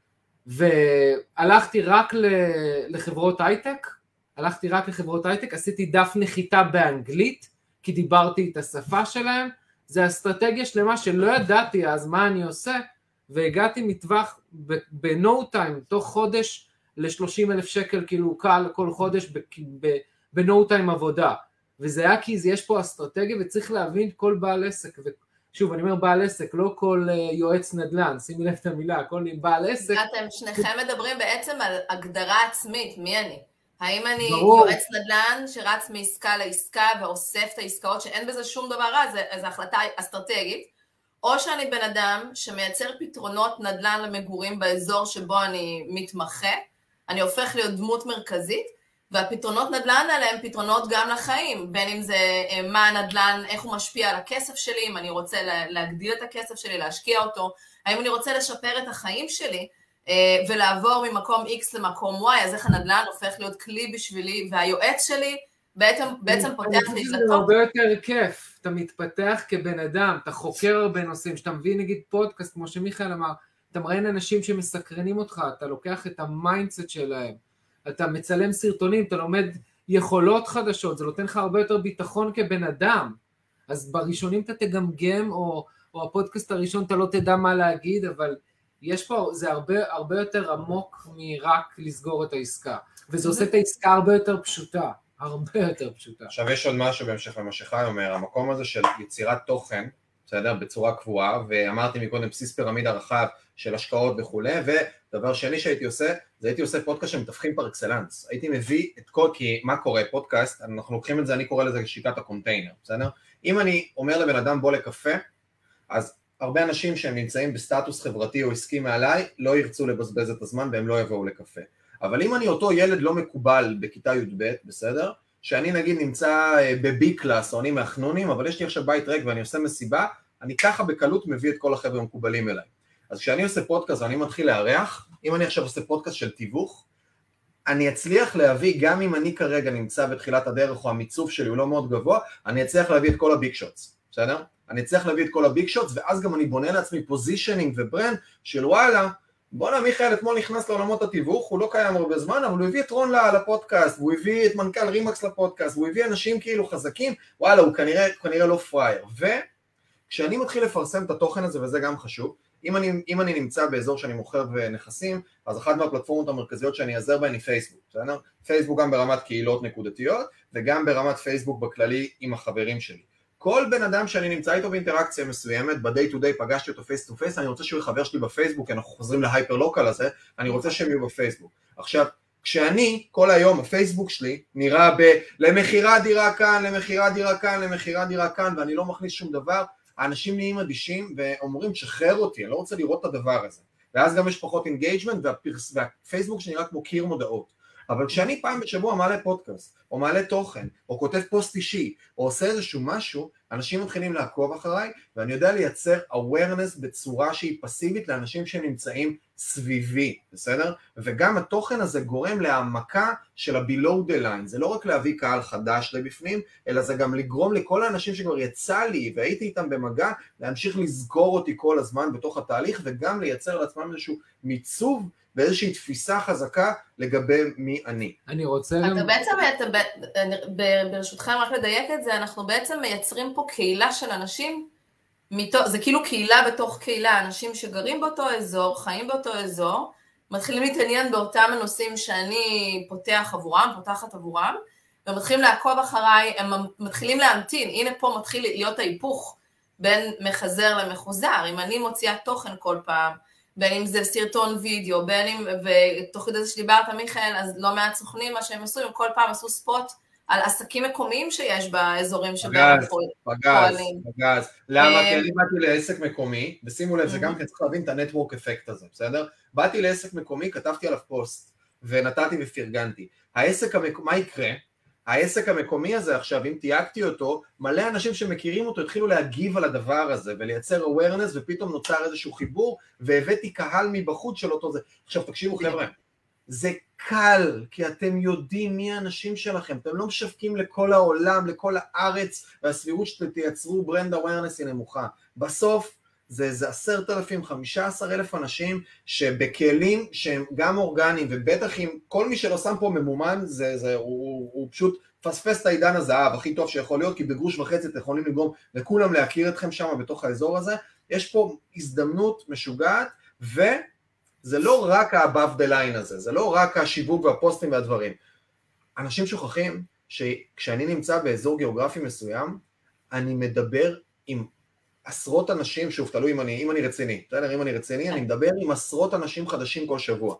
והלכתי רק לחברות הייטק, הלכתי רק לחברות הייטק, עשיתי דף נחיתה באנגלית, כי דיברתי את השפה שלהם, זה אסטרטגיה שלמה שלא ידעתי אז מה אני עושה, והגעתי מטווח ב-no time, תוך חודש ל-שלושים אלף שקל, כאילו קל כל חודש ב-no time עבודה, וזה היה כי יש פה אסטרטגיה, וצריך להבין כל בעל עסק, ושוב אני אומר בעל עסק, לא כל יועץ נדל"ן, שימי לב את המילה, כל בעל עסק. אתם שניכם מדברים בעצם על הגדרה עצמית, מי אני? האם אני יועץ נדל"ן שרץ מעסקה לעסקה ואוסף את העסקאות שאין בזה שום דבר רע, זו החלטה אסטרטגית, או שאני בן אדם שמייצר פתרונות נדל"ן למגורים באזור שבו אני מתמחה, אני הופך להיות דמות מרכזית, והפתרונות נדל"ן האלה הם פתרונות גם לחיים, בין אם זה מה הנדל"ן, איך הוא משפיע על הכסף שלי, אם אני רוצה להגדיל את הכסף שלי, להשקיע אותו, האם אני רוצה לשפר את החיים שלי, ולעבור ממקום X למקום Y, אז איך הנדל"ן הופך להיות כלי בשבילי, והיועץ שלי בעצם, בעצם פותח לי דלתות. אני חושב שזה הרבה יותר כיף, אתה מתפתח כבן אדם, אתה חוקר הרבה נושאים, שאתה מביא נגיד פודקאסט, כמו שמיכאל אמר, אתה מראיין אנשים שמסקרנים אותך, אתה לוקח את המיינדסט שלהם, אתה מצלם סרטונים, אתה לומד יכולות חדשות, זה נותן לך הרבה יותר ביטחון כבן אדם, אז בראשונים אתה תגמגם, או, או הפודקאסט הראשון אתה לא תדע מה להגיד, אבל יש פה, זה הרבה, הרבה יותר עמוק מרק לסגור את העסקה, וזה עושה את העסקה הרבה יותר פשוטה, הרבה יותר פשוטה. עכשיו יש עוד משהו בהמשך למה שחי אומר, המקום הזה של יצירת תוכן, בסדר? בצורה קבועה, ואמרתי מקודם בסיס פירמידה רחב של השקעות וכולי, ודבר שני שהייתי עושה, זה הייתי עושה פודקאסט שמתווכים פר אקסלנס, הייתי מביא את כל, כי מה קורה, פודקאסט, אנחנו לוקחים את זה, אני קורא לזה שיטת הקונטיינר, בסדר? אם אני אומר לבן אדם בוא לקפה, אז הרבה אנשים שהם נמצאים בסטטוס חברתי או עסקי מעליי, לא ירצו לבזבז את הזמן והם לא יבואו לקפה. אבל אם אני אותו ילד לא מקובל בכיתה י' ב', בסדר? שאני נגיד נמצא בבי קלאס או אני מהחנונים, אבל יש לי עכשיו בית ריק ואני עושה מסיבה, אני ככה בקלות מביא את כל החבר'ה המקובלים אליי. אז כשאני עושה פודקאסט ואני מתחיל לארח, אם אני עכשיו עושה פודקאסט של תיווך, אני אצליח להביא, גם אם אני כרגע נמצא בתחילת הדרך או המיצוב שלי הוא לא מאוד גבוה, אני אצליח להביא את כל הביג שוטס, בסדר? אני אצליח להביא את כל הביג שוטס, ואז גם אני בונה לעצמי פוזישנינג וברנד של וואלה, בוא'נה מיכאל אתמול נכנס לעולמות התיווך, הוא לא קיים הרבה זמן, אבל הוא הביא את רון לפודקאסט, הוא הביא את מנכ"ל רימקס לפודקאסט, הוא הביא אנשים כאילו חזקים, וואלה, הוא כנראה, כנראה לא פרייר. וכשאני מתחיל לפרסם את התוכן הזה, וזה גם חשוב, אם אני, אם אני נמצא באזור שאני מוכר ונכסים, אז אחת מהפלטפורמות המרכזיות שאני אעזר בהן היא פייסבוק, בסדר? פייסבוק גם ברמת קהילות נקודתיות, וגם ברמת פייסבוק בכללי עם החברים שלי. כל בן אדם שאני נמצא איתו באינטראקציה מסוימת, ב-day to day פגשתי אותו face to face, אני רוצה שהוא יחבר שלי בפייסבוק, אנחנו חוזרים להייפר לוקל הזה, אני רוצה שהם יהיו בפייסבוק. עכשיו, כשאני, כל היום, הפייסבוק שלי נראה ב- למחירה דירה כאן, למחירה דירה כאן, למחירה דירה כאן, ואני לא מכניס שום דבר, האנשים נהיים אדישים ואומרים, שחרר אותי, אני לא רוצה לראות את הדבר הזה. ואז גם יש פחות אינגייג'מנט, והפרס... והפייסבוק שנראה כמו קיר מודעות. אבל כשאני פעם בשבוע מעלה פודקאסט, או מעלה תוכן, או כותב פוסט אישי, או עושה איזשהו משהו, אנשים מתחילים לעקוב אחריי, ואני יודע לייצר awareness בצורה שהיא פסיבית לאנשים שנמצאים סביבי, בסדר? וגם התוכן הזה גורם להעמקה של ה-below the line, זה לא רק להביא קהל חדש לבפנים, אלא זה גם לגרום לכל האנשים שכבר יצא לי, והייתי איתם במגע, להמשיך לזכור אותי כל הזמן בתוך התהליך, וגם לייצר לעצמם איזשהו מיצוב, ואיזושהי תפיסה חזקה לגבי מי אני. אני רוצה... אתה בעצם, אתה, ברשותכם רק לדייק את זה, אנחנו בעצם מייצרים פה קהילה של אנשים, זה כאילו קהילה בתוך קהילה, אנשים שגרים באותו אזור, חיים באותו אזור, מתחילים להתעניין באותם הנושאים שאני פותח עבורם, פותחת עבורם, ומתחילים לעקוב אחריי, הם מתחילים להמתין, הנה פה מתחיל להיות ההיפוך בין מחזר למחוזר, אם אני מוציאה תוכן כל פעם, בין אם זה סרטון וידאו, בין אם, ותוך כדי זה שדיברת מיכאל, אז לא מעט סוכנים, מה שהם עשו, הם כל פעם עשו ספוט על עסקים מקומיים שיש באזורים שבהם פועלים. פגז, למה? כי אני באתי לעסק מקומי, ושימו לב, זה גם כי צריך להבין את הנטוורק אפקט הזה, בסדר? באתי לעסק מקומי, כתבתי עליו פוסט, ונתתי ופרגנתי. העסק המקומי, מה יקרה? העסק המקומי הזה עכשיו, אם תייגתי אותו, מלא אנשים שמכירים אותו התחילו להגיב על הדבר הזה, ולייצר awareness, ופתאום נוצר איזשהו חיבור, והבאתי קהל מבחוץ של אותו זה. עכשיו תקשיבו חבר'ה, זה קל, כי אתם יודעים מי האנשים שלכם, אתם לא משווקים לכל העולם, לכל הארץ, והסבירות שאתם תייצרו ברנד awareness היא נמוכה. בסוף, זה איזה עשרת אלפים, חמישה עשר אלף אנשים שבכלים שהם גם אורגניים, ובטח אם כל מי שלא שם פה ממומן, זה, זה, הוא, הוא פשוט פספס את העידן הזהב הכי טוב שיכול להיות, כי בגרוש וחצי אתם יכולים לגרום לכולם להכיר אתכם שם בתוך האזור הזה. יש פה הזדמנות משוגעת, וזה לא רק ה-above the line הזה, זה לא רק השיווק והפוסטים והדברים. אנשים שוכחים שכשאני נמצא באזור גיאוגרפי מסוים, אני מדבר עם עשרות אנשים, שוב, תלוי אם אני, אם אני רציני, בסדר? אם אני רציני, אני מדבר עם עשרות אנשים חדשים כל שבוע.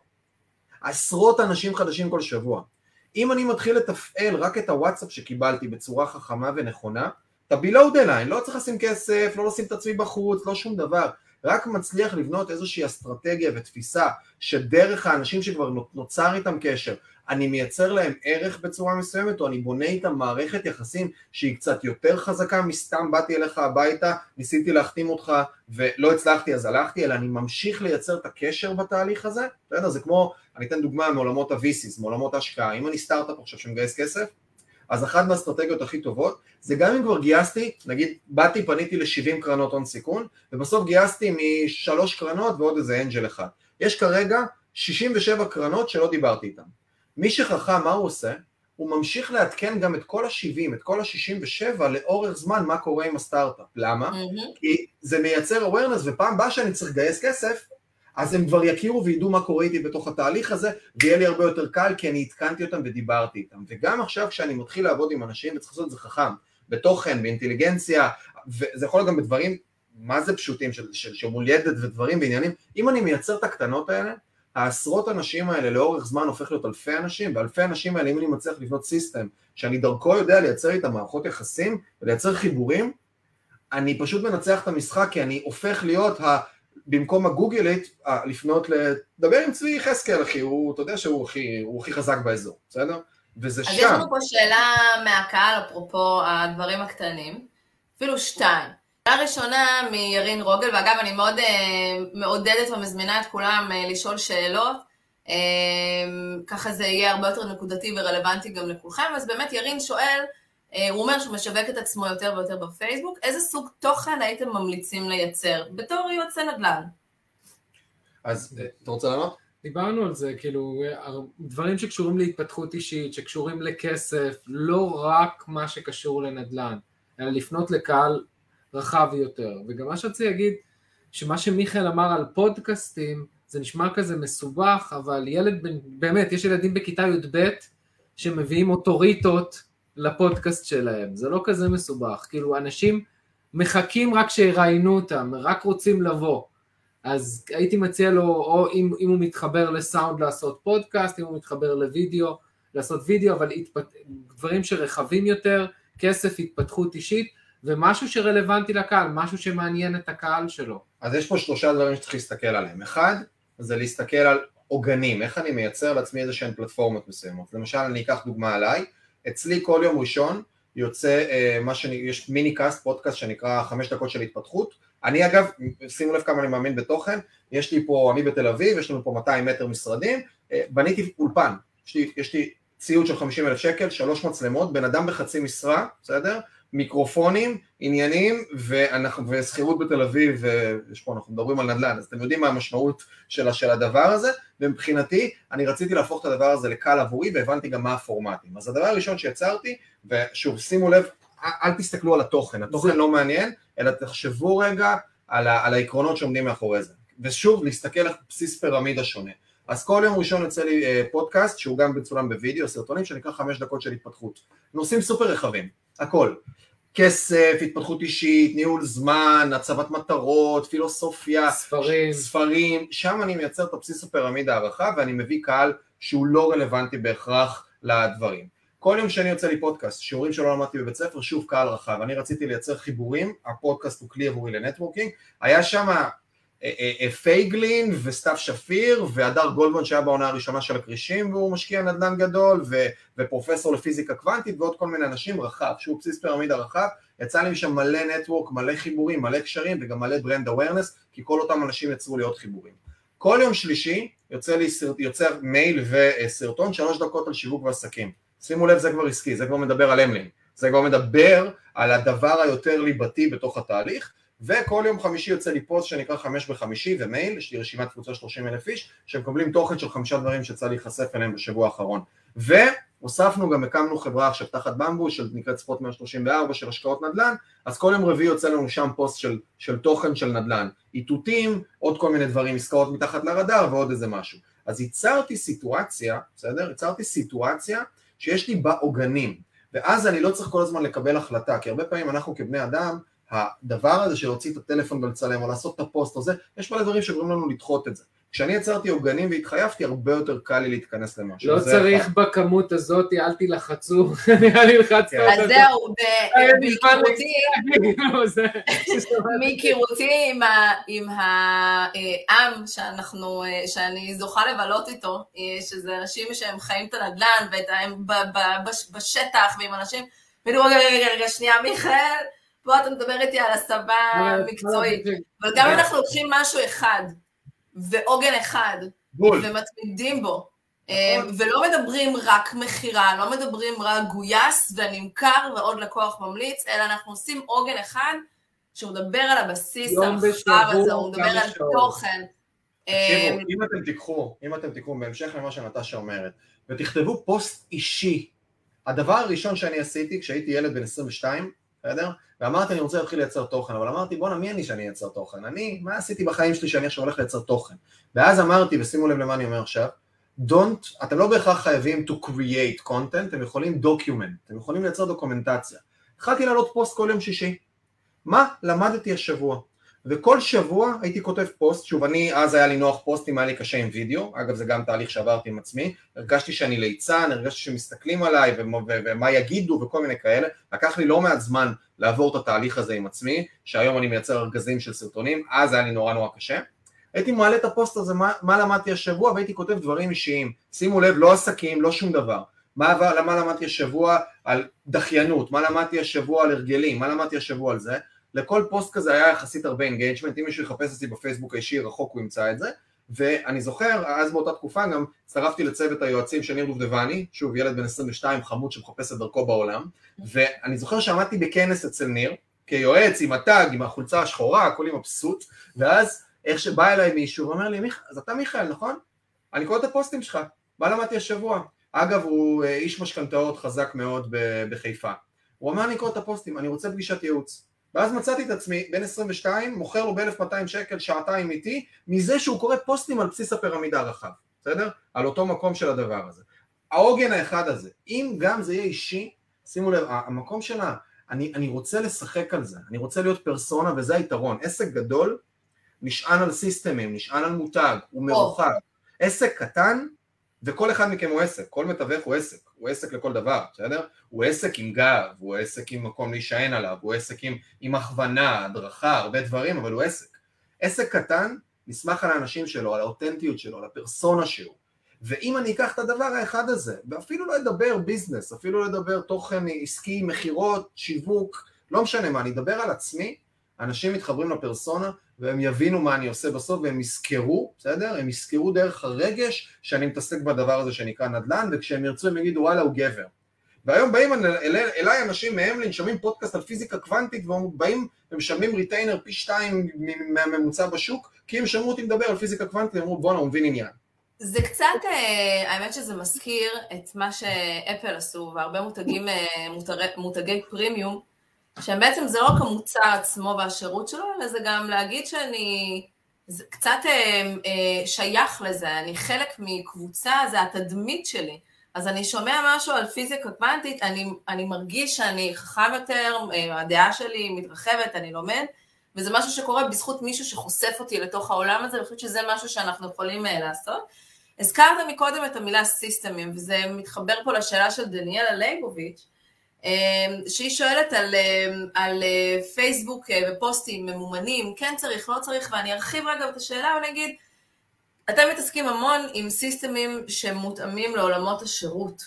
עשרות אנשים חדשים כל שבוע. אם אני מתחיל לתפעל רק את הוואטסאפ שקיבלתי בצורה חכמה ונכונה, אתה below the line, לא צריך לשים כסף, לא לשים את עצמי בחוץ, לא שום דבר. רק מצליח לבנות איזושהי אסטרטגיה ותפיסה שדרך האנשים שכבר נוצר איתם קשר, אני מייצר להם ערך בצורה מסוימת, או אני בונה איתם מערכת יחסים שהיא קצת יותר חזקה, מסתם באתי אליך הביתה, ניסיתי להחתים אותך ולא הצלחתי אז הלכתי, אלא אני ממשיך לייצר את הקשר בתהליך הזה. זה כמו, אני אתן דוגמה מעולמות ה-וי סי'ס, מעולמות ההשקעה. אם אני סטארט-אפ עכשיו שמגייס כסף, אז אחת מהאסטרטגיות הכי טובות, זה גם אם כבר גייסתי, נגיד, באתי, פניתי ל-שבעים קרנות הון סיכון, ובסוף גייסתי משלוש קרנות ועוד איזה אנג'ל אחד. יש כרגע שישים ושבע קרנות שלא דיברתי איתן. מי שחכם, מה הוא עושה? הוא ממשיך לעדכן גם את כל ה-שבעים, את כל ה-שישים ושבע, לאורך זמן מה קורה עם הסטארט-אפ. למה? Mm-hmm. כי זה מייצר awareness, ופעם באה שאני צריך לגייס כסף, אז הם כבר יכירו וידעו מה קורה איתי בתוך התהליך הזה, ויהיה לי הרבה יותר קל, כי אני התקנתי אותם ודיברתי איתם. וגם עכשיו כשאני מתחיל לעבוד עם אנשים, וצריך לעשות את זה חכם, בתוכן, באינטליגנציה, וזה יכול גם בדברים מה זה פשוטים, של, של, של מולדת ודברים בעניינים, אם אני מייצר את הקטנות האלה, העשרות אנשים האלה לאורך זמן הופך להיות אלפי אנשים, ואלפי אנשים האלה, אם אני מצליח לבנות סיסטם, שאני דרכו יודע לייצר איתם מערכות יחסים, ולייצר חיבורים, אני פשוט מנצח את המשחק, כי אני הופך להיות, ה, במקום הגוגלית, לפנות לדבר עם צבי חסקל, אחי, הוא, אתה יודע שהוא הכי, הוא הכי חזק באזור, בסדר? וזה אז שם. אז יש לנו פה שאלה מהקהל, אפרופו הדברים הקטנים, אפילו שתיים. שאלה ראשונה מירין רוגל, ואגב אני מאוד מעודדת ומזמינה את כולם לשאול שאלות, ככה זה יהיה הרבה יותר נקודתי ורלוונטי גם לכולכם, אז באמת ירין שואל, הוא אומר שהוא משווק את עצמו יותר ויותר בפייסבוק, איזה סוג תוכן הייתם ממליצים לייצר בתור יועצי נדל"ן? אז אתה רוצה לענות? דיברנו על זה, כאילו, דברים שקשורים להתפתחות אישית, שקשורים לכסף, לא רק מה שקשור לנדל"ן, אלא לפנות לקהל רחב יותר. וגם מה שרציתי להגיד, שמה שמיכאל אמר על פודקאסטים, זה נשמע כזה מסובך, אבל ילד, באמת, יש ילדים בכיתה י"ב שמביאים אוטוריטות לפודקאסט שלהם, זה לא כזה מסובך, כאילו אנשים מחכים רק שיראיינו אותם, רק רוצים לבוא, אז הייתי מציע לו, או אם, אם הוא מתחבר לסאונד לעשות פודקאסט, אם הוא מתחבר לוידאו, לעשות וידאו, אבל התפת... דברים שרחבים יותר, כסף, התפתחות אישית, ומשהו שרלוונטי לקהל, משהו שמעניין את הקהל שלו. אז יש פה שלושה דברים שצריך להסתכל עליהם. אחד, זה להסתכל על עוגנים, איך אני מייצר לעצמי איזה שהן פלטפורמות מסוימות. למשל, אני אקח דוגמה עליי, אצלי כל יום ראשון יוצא, אה, מה שאני, יש מיני קאסט, פודקאסט שנקרא חמש דקות של התפתחות. אני אגב, שימו לב כמה אני מאמין בתוכן, יש לי פה, אני בתל אביב, יש לנו פה מאתיים מטר משרדים, אה, בניתי אולפן, יש לי, יש לי ציוד של חמישים אלף שקל, שלוש מצלמות, בן אדם בחצי משרה, בסדר? מיקרופונים, עניינים, ואנחנו, וסחירות בתל אביב, ויש פה, אנחנו מדברים על נדל"ן, אז אתם יודעים מה המשמעות של, של הדבר הזה, ומבחינתי, אני רציתי להפוך את הדבר הזה לקל עבורי, והבנתי גם מה הפורמטים. אז הדבר הראשון שיצרתי, ושוב, שימו לב, אל תסתכלו על התוכן, התוכן זה... לא מעניין, אלא תחשבו רגע על, ה, על העקרונות שעומדים מאחורי זה. ושוב, להסתכל על בסיס פירמידה שונה. אז כל יום ראשון יוצא לי אה, פודקאסט, שהוא גם בצולם בווידאו, סרטונים, שנקרא חמש דקות של התפתחות. נושאים סופר רחבים, הכל. כסף, התפתחות אישית, ניהול זמן, הצבת מטרות, פילוסופיה, ספרים, ספרים, שם אני מייצר את הבסיס הפירמידה הרחב, ואני מביא קהל שהוא לא רלוונטי בהכרח לדברים. כל יום שאני יוצא לי פודקאסט, שיעורים שלא למדתי בבית ספר, שוב קהל רחב, אני רציתי לייצר חיבורים, הפודקאסט הוא כלי עבורי לנטוורקינג, היה שם פייגלין וסטף שפיר והדר גולדמן שהיה בעונה הראשונה של הקרישים והוא משקיע נדל"ן גדול ו- ופרופסור לפיזיקה קוונטית ועוד כל מיני אנשים רחב, שהוא בסיס פירמידה רחב, יצא לי משם מלא נטוורק, מלא חיבורים, מלא קשרים וגם מלא ברנד אווירנס, כי כל אותם אנשים יצרו לי עוד חיבורים. כל יום שלישי יוצא לי יוצא מייל וסרטון שלוש דקות על שיווק ועסקים. שימו לב, זה כבר עסקי, זה כבר מדבר על אמלינג, זה כבר מדבר על הדבר היותר ליבתי בתוך התהליך, וכל יום חמישי יוצא לי פוסט שנקרא חמש בחמישי ומייל, יש לי רשימת קבוצה שלושים אלף איש, שמקבלים תוכן של חמישה דברים שצא להיחשף אליהם בשבוע האחרון. והוספנו גם, הקמנו חברה עכשיו תחת במבו, של נקראת ספוט מאה שלושים וארבע של השקעות נדל"ן, אז כל יום רביעי יוצא לנו שם פוסט של, של תוכן של נדל"ן, איתותים, עוד כל מיני דברים, עסקאות מתחת לרדאר ועוד איזה משהו. אז ייצרתי סיטואציה, בסדר? ייצרתי סיטואציה שיש לי בה עוגנים, ואז אני לא צריך כל הזמן לקבל החלטה, כי הרבה פעמים אנחנו כבני אדם, הדבר הזה של להוציא את הטלפון ולצלם או לעשות את הפוסט הזה, יש פה לדברים שגורמים לנו לדחות את זה. כשאני יצרתי עוגנים והתחייבתי, הרבה יותר קל לי להתכנס למשהו. לא צריך בכמות הזאת, אל תלחצו, נראה לי לחצת. אז זהו, מהיכרותי עם העם שאני זוכה לבלות איתו, שזה אנשים שהם חיים את הנדל"ן, והם בשטח ועם אנשים, ואני רגע, רגע, רגע, שנייה, מיכאל, פה אתה מדבר איתי על הסבה מקצועית, אבל גם אם אנחנו לוקחים משהו אחד, ועוגן אחד, ומתמידים בו, ולא מדברים רק מחירה, לא מדברים רק גויס ונמכר ועוד לקוח ממליץ, אלא אנחנו עושים עוגן אחד, שהוא מדבר על הבסיס הרחב הזה, הוא מדבר על תוכן. תקשיבו, אם אתם תיקחו, אם אתם תיקחו, בהמשך למה שנטשה אומרת, ותכתבו פוסט אישי, הדבר הראשון שאני עשיתי כשהייתי ילד בן עשרים ושתיים, בסדר? ואמרתי, אני רוצה להתחיל לייצר תוכן, אבל אמרתי, בוא נמי אני שאני אייצר תוכן? אני, מה עשיתי בחיים שלי שאני עכשיו הולך לייצר תוכן? ואז אמרתי, ושימו לב למה אני אומר עכשיו, don't, אתם לא בהכרח חייבים to create content, אתם יכולים document, אתם יכולים לייצר דוקומנטציה. התחלתי לעלות פוסט כל יום שישי. מה למדתי השבוע? וכל שבוע הייתי כותב פוסט, שוב, אני, אז היה לי נוח פוסטים, היה לי קשה עם וידאו, אגב זה גם תהליך שעברתי עם עצמי, הרגשתי שאני ליצן, הרגשתי שמסתכלים עליי ומה, ומה יגידו וכל מיני כאלה, לקח לי לא מעט זמן לעבור את התהליך הזה עם עצמי, שהיום אני מייצר ארגזים של סרטונים, אז היה לי נורא נורא קשה, הייתי מעלה את הפוסט הזה, מה, מה למדתי השבוע, והייתי כותב דברים אישיים, שימו לב, לא עסקים, לא שום דבר, מה, מה למדתי השבוע על דחיינות, מה למדתי השבוע על הרגלים, מה למדתי השבוע על זה, לכל פוסט כזה היה יחסית הרבה אינגייג'מנט, אם מישהו יחפש אותי בפייסבוק האישי רחוק הוא ימצא את זה, ואני זוכר, אז באותה תקופה גם הצטרפתי לצוות היועצים של ניר דובדבני, שוב ילד בן עשרים ושתיים חמוד שמחפש את דרכו בעולם, ואני זוכר שעמדתי בכנס אצל ניר, כיועץ עם הטאג, עם החולצה השחורה, הכל עם מבסוט, ואז איך שבא אליי מישהו ואומר לי, אז אתה מיכאל, נכון? אני קורא את הפוסטים שלך, מה למדתי השבוע? אגב, הוא איש משכנתאות חזק מאוד בחיפה. הוא אמר לי, קורא את הפוסטים, אני רוצה פגישת ייעוץ. ואז מצאתי את עצמי, בן עשרים ושתיים, מוכר לו ב-אלף מאתיים שקל שעתיים איתי, מזה שהוא קורא פוסטים על בסיס הפירמידה הרחב, בסדר? על אותו מקום של הדבר הזה. העוגן האחד הזה, אם גם זה יהיה אישי, שימו לב, המקום שלה, אני, אני רוצה לשחק על זה, אני רוצה להיות פרסונה, וזה היתרון. עסק גדול, נשען על סיסטמים, נשען על מותג, הוא מרוחב. עסק קטן, וכל אחד מכם הוא עסק, כל מתווך הוא עסק, הוא עסק לכל דבר, בסדר? הוא עסק עם גב, הוא עסק עם מקום להישען עליו, הוא עסק עם, עם הכוונה, הדרכה, הרבה דברים, אבל הוא עסק. עסק קטן, נסמך על האנשים שלו, על האותנטיות שלו, על הפרסונה שלו. ואם אני אקח את הדבר האחד הזה, ואפילו לא אדבר ביזנס, אפילו לא אדבר תוכן עסקי, מחירות, שיווק, לא משנה מה, אני אדבר על עצמי, אנשים מתחברים לפרסונה, והם יבינו מה אני עושה בסוף, והם יזכרו, בסדר? הם יזכרו דרך הרגש שאני מתעסק בדבר הזה שנקרא נדל"ן, וכשהם ירצו הם יגידו וואלה הוא גבר. והיום באים אל, אליי אנשים מהם, שומעים פודקאסט על פיזיקה קוונטית, ובאים ומשלמים ריטיינר פי שתיים מהממוצע בשוק, כי הם שמעו אותי מדבר על פיזיקה קוונטית, אמרו בואנה הוא מבין עניין. זה קצת, האמת שזה מזכיר את מה שאפל עשו, והרבה מותגים, מותגי פרימיום, שהם בעצם זה לא רק המוצר עצמו והשירות שלו, אלא זה גם להגיד שאני זה קצת אה, אה, שייך לזה, אני חלק מקבוצה, זה התדמית שלי. אז אני שומע משהו על פיזיקה קוונטית, אני, אני מרגיש שאני חכם יותר, אה, הדעה שלי מתרחבת, אני לומד, וזה משהו שקורה בזכות מישהו שחושף אותי לתוך העולם הזה, ואני חושבת שזה משהו שאנחנו יכולים אה, לעשות. הזכרת מקודם את המילה סיסטמים, וזה מתחבר פה לשאלה של דניאלה ליבוביץ', שהיא שואלת על, על פייסבוק ופוסטים ממומנים, כן צריך, לא צריך, ואני ארחיב רגע את השאלה ונגיד, אתם מתעסקים המון עם סיסטמים שמותאמים לעולמות השירות.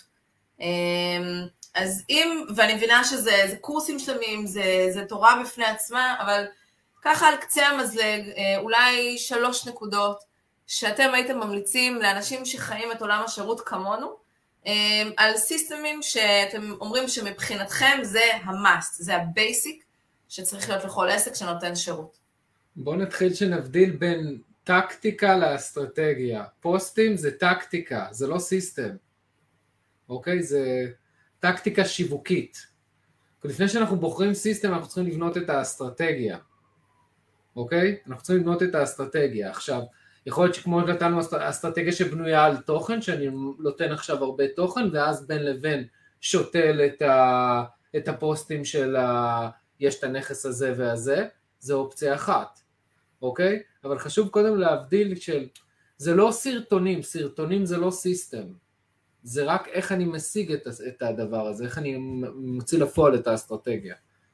אז אם, ואני מבינה שזה זה קורסים שלמים, זה, זה תורה בפני עצמה, אבל ככה על קצה המזלג, אולי שלוש נקודות, שאתם הייתם ממליצים לאנשים שחיים את עולם השירות כמונו, על סיסטמים שאתם אומרים שמבחינתכם זה המאסט, זה הבייסיק שצריך להיות לכל עסק שנותן שירות. בואו נתחיל שנבדיל בין טקטיקה לאסטרטגיה. פוסטים זה טקטיקה, זה לא סיסטם. אוקיי? זה טקטיקה שיווקית. לפני שאנחנו בוחרים סיסטם, אנחנו צריכים לבנות את האסטרטגיה. אוקיי? אנחנו צריכים לבנות את האסטרטגיה. עכשיו, יכול להיות שכמו נתנו אסטרטגיה שבנויה על תוכן, שאני נותן עכשיו הרבה תוכן, ואז בין לבין שותל את, ה, את הפוסטים של ה, יש את הנכס הזה והזה, זה אופציה אחת, אוקיי? אבל חשוב קודם להבדיל של, זה לא סרטונים, סרטונים זה לא סיסטם, זה רק איך אני משיג את, את הדבר הזה, איך אני מוציא לפועל את האסטרטגיה.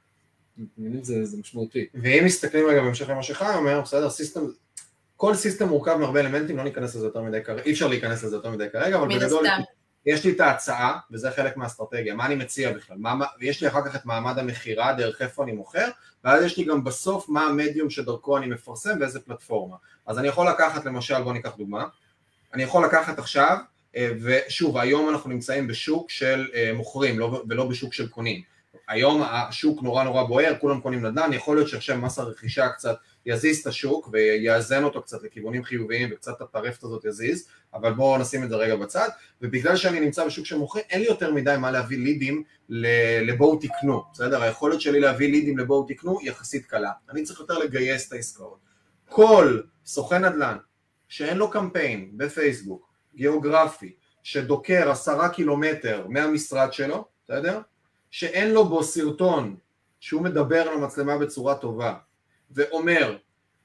זה, זה משמעותי. ואם מסתכלים רגע בהמשך למה שחיים אומר, בסדר, סיסטם, כל סיסטם מורכב מהרבה אלמנטים, לא ניכנס לזה יותר מדי כרגע, אי אפשר להיכנס לזה יותר מדי כרגע, אבל בגדול יש לי את ההצעה, וזה חלק מהאסטרטגיה, מה אני מציע בכלל, מה, ויש לי אחר כך את מעמד המחירה, דרך איפה אני מוכר, ואז יש לי גם בסוף מה המדיום שדרכו אני מפרסם ואיזה פלטפורמה. אז אני יכול לקחת למשל, בוא ניקח דוגמה, אני יכול לקחת עכשיו, ושוב, היום אנחנו נמצאים בשוק של מוכרים, ולא בשוק של קונים. היום השוק נורא נורא בוער, כולם קונים נדל"ן, יכול להיות שעכשיו מס הרכישה קצת יזיז את השוק ויאזן אותו קצת לכיוונים חיוביים וקצת הטרפת הזאת יזיז, אבל בואו נשים את זה רגע בצד, ובגלל שאני נמצא בשוק של מוכרים, אין לי יותר מדי מה להביא לידים לבואו תקנו, בסדר? היכולת שלי להביא לידים לבואו תקנו היא יחסית קלה, אני צריך יותר לגייס את העסקאות. כל סוכן נדל"ן שאין לו קמפיין בפייסבוק, גיאוגרפי, שדוקר עשרה קילומטר מהמשרד שלו, בסדר? שאין לו בו סרטון שהוא מדבר על המצלמה בצורה טובה, ואומר,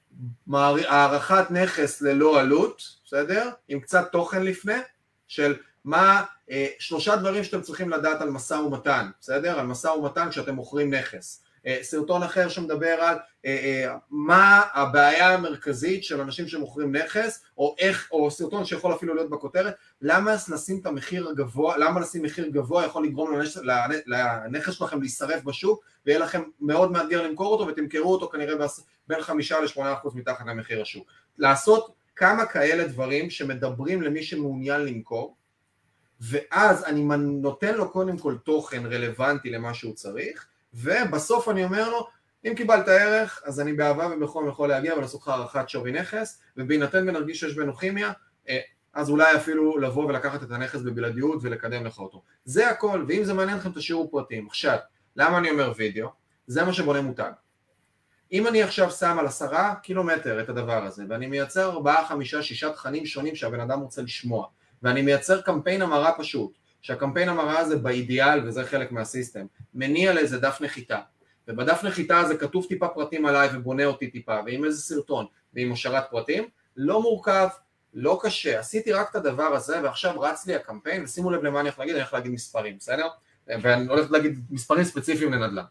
הערכת נכס ללא עלות, בסדר? עם קצת תוכן לפני, של מה, אה, שלושה דברים שאתם צריכים לדעת על משא ומתן, בסדר? על משא ומתן כשאתם מוכרים נכס. אה, סרטון אחר שמדבר על אה, אה, מה הבעיה המרכזית של אנשים שמוכרים נכס, או איך, או סרטון שיכול אפילו להיות בכותרת, למה לשים את המחיר הגבוה, למה לשים מחיר גבוה יכול לגרום לנכס, לנכס שלכם להישרף בשוק, ויהיה לכם מאוד מאתגר למכור אותו, ותמכרו אותו כנראה בין חמישה לשמונה אחוז מתחת למחיר השוק. לעשות כמה כאלה דברים שמדברים למי שמעוניין למכור, ואז אני נותן לו קודם כל תוכן רלוונטי למה שהוא צריך, ובסוף אני אומר לו, אם קיבלת ערך, אז אני באהבה ובחום יכול להגיע ולעשות לך הערכת שווי נכס, ובהינתן ונרגיש שיש בינו כימיה, אז אולי אפילו לבוא ולקחת את הנכס בבלעדיות ולקדם לך אותו. זה הכל, ואם זה מעניין לכם תשאירו פרטים. עכשיו, למה אני אומר וידאו? זה מה שבונה מותג. אם אני עכשיו שם על עשרה קילומטר את הדבר הזה, ואני מייצר ארבעה, חמישה, שישה תכנים שונים שהבן אדם רוצה לשמוע, ואני מייצר קמפיין המרה פשוט, שהקמפיין המרה הזה באידיאל, וזה חלק מהסיסטם, מניע לאיזה דף נחיתה, ובדף נחיתה הזה כתוב טיפה פרטים עליי ובונה אותי טיפה, ועם איזה סרטון, ועם השארת פרטים, לא מורכב, לא קשה, עשיתי רק את הדבר הזה, ועכשיו רץ לי הקמפיין, ושימו לב למה אני הולך להגיד, אני הולך להגיד מספרים, בסדר? ואני הולך להגיד מספרים ספציפיים לנדל"ן.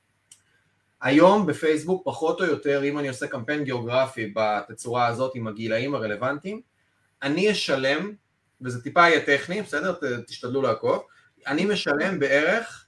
היום בפייסבוק פחות או יותר, אם אני עושה קמפיין גיאוגרפי בתצורה הזאת עם הגילאים הרלוונטיים, אני אשלם, וזה טיפה יהיה טכני, בסדר? תשתדלו לעקוב, אני משלם בערך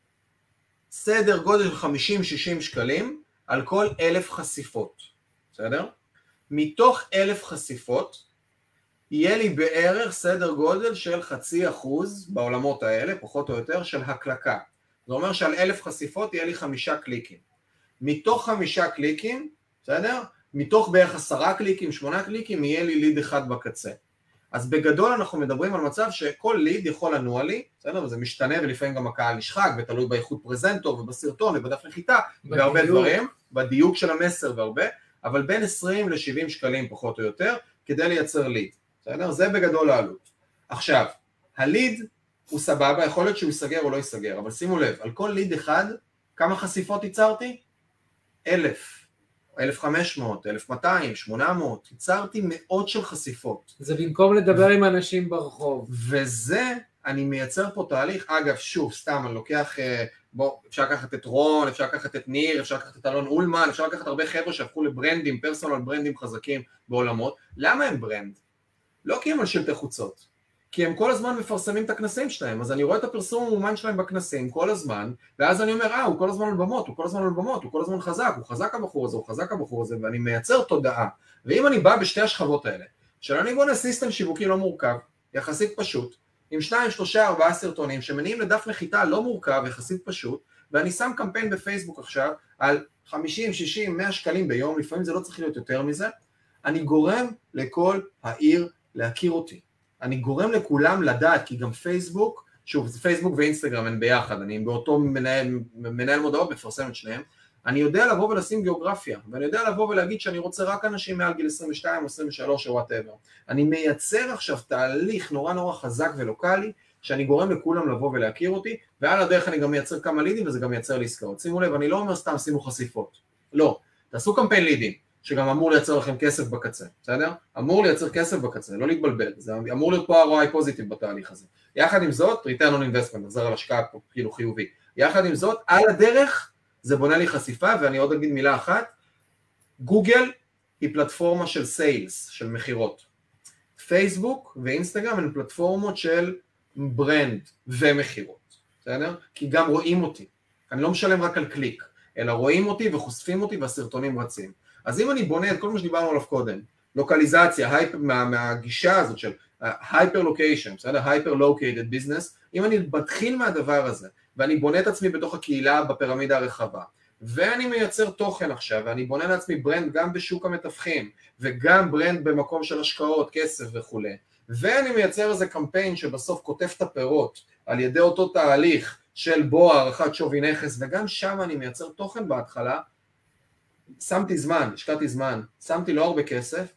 סדר גודל של חמישים שישים שקלים על כל אלף חשיפות, בסדר? מתוך אלף חשיפות, יהיה לי בערך סדר גודל של חצי אחוז בעולמות האלה, פחות או יותר, של הקלקה. זה אומר שעל אלף חשיפות יהיה לי חמישה קליקים. מתוך חמישה קליקים, בסדר? מתוך בערך עשרה קליקים, שמונה קליקים, יהיה לי ליד אחד בקצה. אז בגדול אנחנו מדברים על מצב שכל ליד יכול לנוע לי, בסדר? וזה משתנה ולפעמים גם הקהל נשחק, ותלוי באיכות פרזנטור ובסרטון ובדף נחיתה, והרבה דברים, בדיוק של המסר והרבה, אבל בין עשרים לשבעים שקלים פחות או יותר, כדי לייצר ליד, בסדר? זה בגדול העלות. עכשיו, הליד הוא סבבה, יכול להיות שהוא ייסגר או לא ייסגר, אבל שימו לב, על כל ליד אחד, כמה חשיפות ייצרתי? אלף, אלף וחמש מאות, אלף ומאתיים, שמונה מאות, ייצרתי מאות של חשיפות. זה במקום לדבר עם אנשים ברחוב. וזה, אני מייצר פה תהליך, אגב, שוב, סתם, אני לוקח, בוא, אפשר לקחת את רון, אפשר לקחת את ניר, אפשר לקחת את אלון אולמן, אפשר לקחת הרבה חבר'ה שהפכו לברנדים, פרסונל ברנדים חזקים בעולמות. למה הם ברנד? לא כי הם על שלטי חוצות. כי הם כל הזמן מפרסמים את הכנסים שלהם, אז אני רואה את הפרסום המומן שלהם בכנסים כל הזמן, ואז אני אומר, אה, הוא כל הזמן על במות, הוא כל הזמן על במות, הוא כל הזמן חזק, הוא חזק הבחור הזה, הוא חזק הבחור הזה, ואני מייצר תודעה. ואם אני בא בשתי השכבות האלה, שאני בונה סיסטם שיווקי לא מורכב, יחסית פשוט, עם שניים, שלושה, ארבעה סרטונים, שמניעים לדף נחיתה לא מורכב, יחסית פשוט, ואני שם קמפיין בפייסבוק עכשיו, על חמישים, שישים, מאה שקלים ביום, לפעמים זה לא צריך להיות יותר מזה, אני גורם לכל העיר להכיר אותי. אני גורם לכולם לדעת, כי גם פייסבוק, שוב, זה פייסבוק ואינסטגרם הם ביחד, אני באותו מנהל, מנהל מודעות מפרסם את שניהם, אני יודע לבוא ולשים גיאוגרפיה, ואני יודע לבוא ולהגיד שאני רוצה רק אנשים מעל גיל עשרים ושתיים או עשרים ושלוש או whatever. אני מייצר עכשיו תהליך נורא נורא חזק ולוקלי, שאני גורם לכולם לבוא ולהכיר אותי, ועל הדרך אני גם מייצר כמה לידים, וזה גם מייצר לי עסקאות. שימו לב, אני לא אומר סתם שימו חשיפות, לא, תעשו קמפיין לידים, שגם אמור לייצר לכם כסף בקצה, בסדר? אמור לייצר כסף בקצה, לא להתבלבל, זה אמור להיות פה אר או איי פוזיטיב בתהליך הזה. יחד עם זאת, return on investment, נחזר על השקעה פה, כאילו חיובי. יחד עם זאת, על הדרך, זה בונה לי חשיפה, ואני עוד אגיד מילה אחת, גוגל היא פלטפורמה של סיילס, של מחירות. פייסבוק ואינסטגרם הן פלטפורמות של ברנד ומחירות, בסדר? כי גם רואים אותי, אני לא משלם רק על קליק, אלא רואים אותי וחושפים אותי והסרטונים רצים. אז אם אני בונה את כל מה שדיברנו עליו קודם, לוקליזציה, הייפר, מה, מהגישה הזאת של הייפר לוקיישן, בסדר? הייפר לוקייטד ביזנס, אם אני מתחיל מהדבר הזה, ואני בונה את עצמי בתוך הקהילה בפירמידה הרחבה, ואני מייצר תוכן עכשיו, ואני בונה לעצמי ברנד גם בשוק המתווכים, וגם ברנד במקום של השקעות, כסף וכו', ואני מייצר איזה קמפיין שבסוף כותב את הפירות, על ידי אותו תהליך של בו הערכת שווי נכס, וגם שם אני מייצר תוכן בהתחלה, שמתי זמן, השקעתי זמן, שמתי לא הרבה כסף,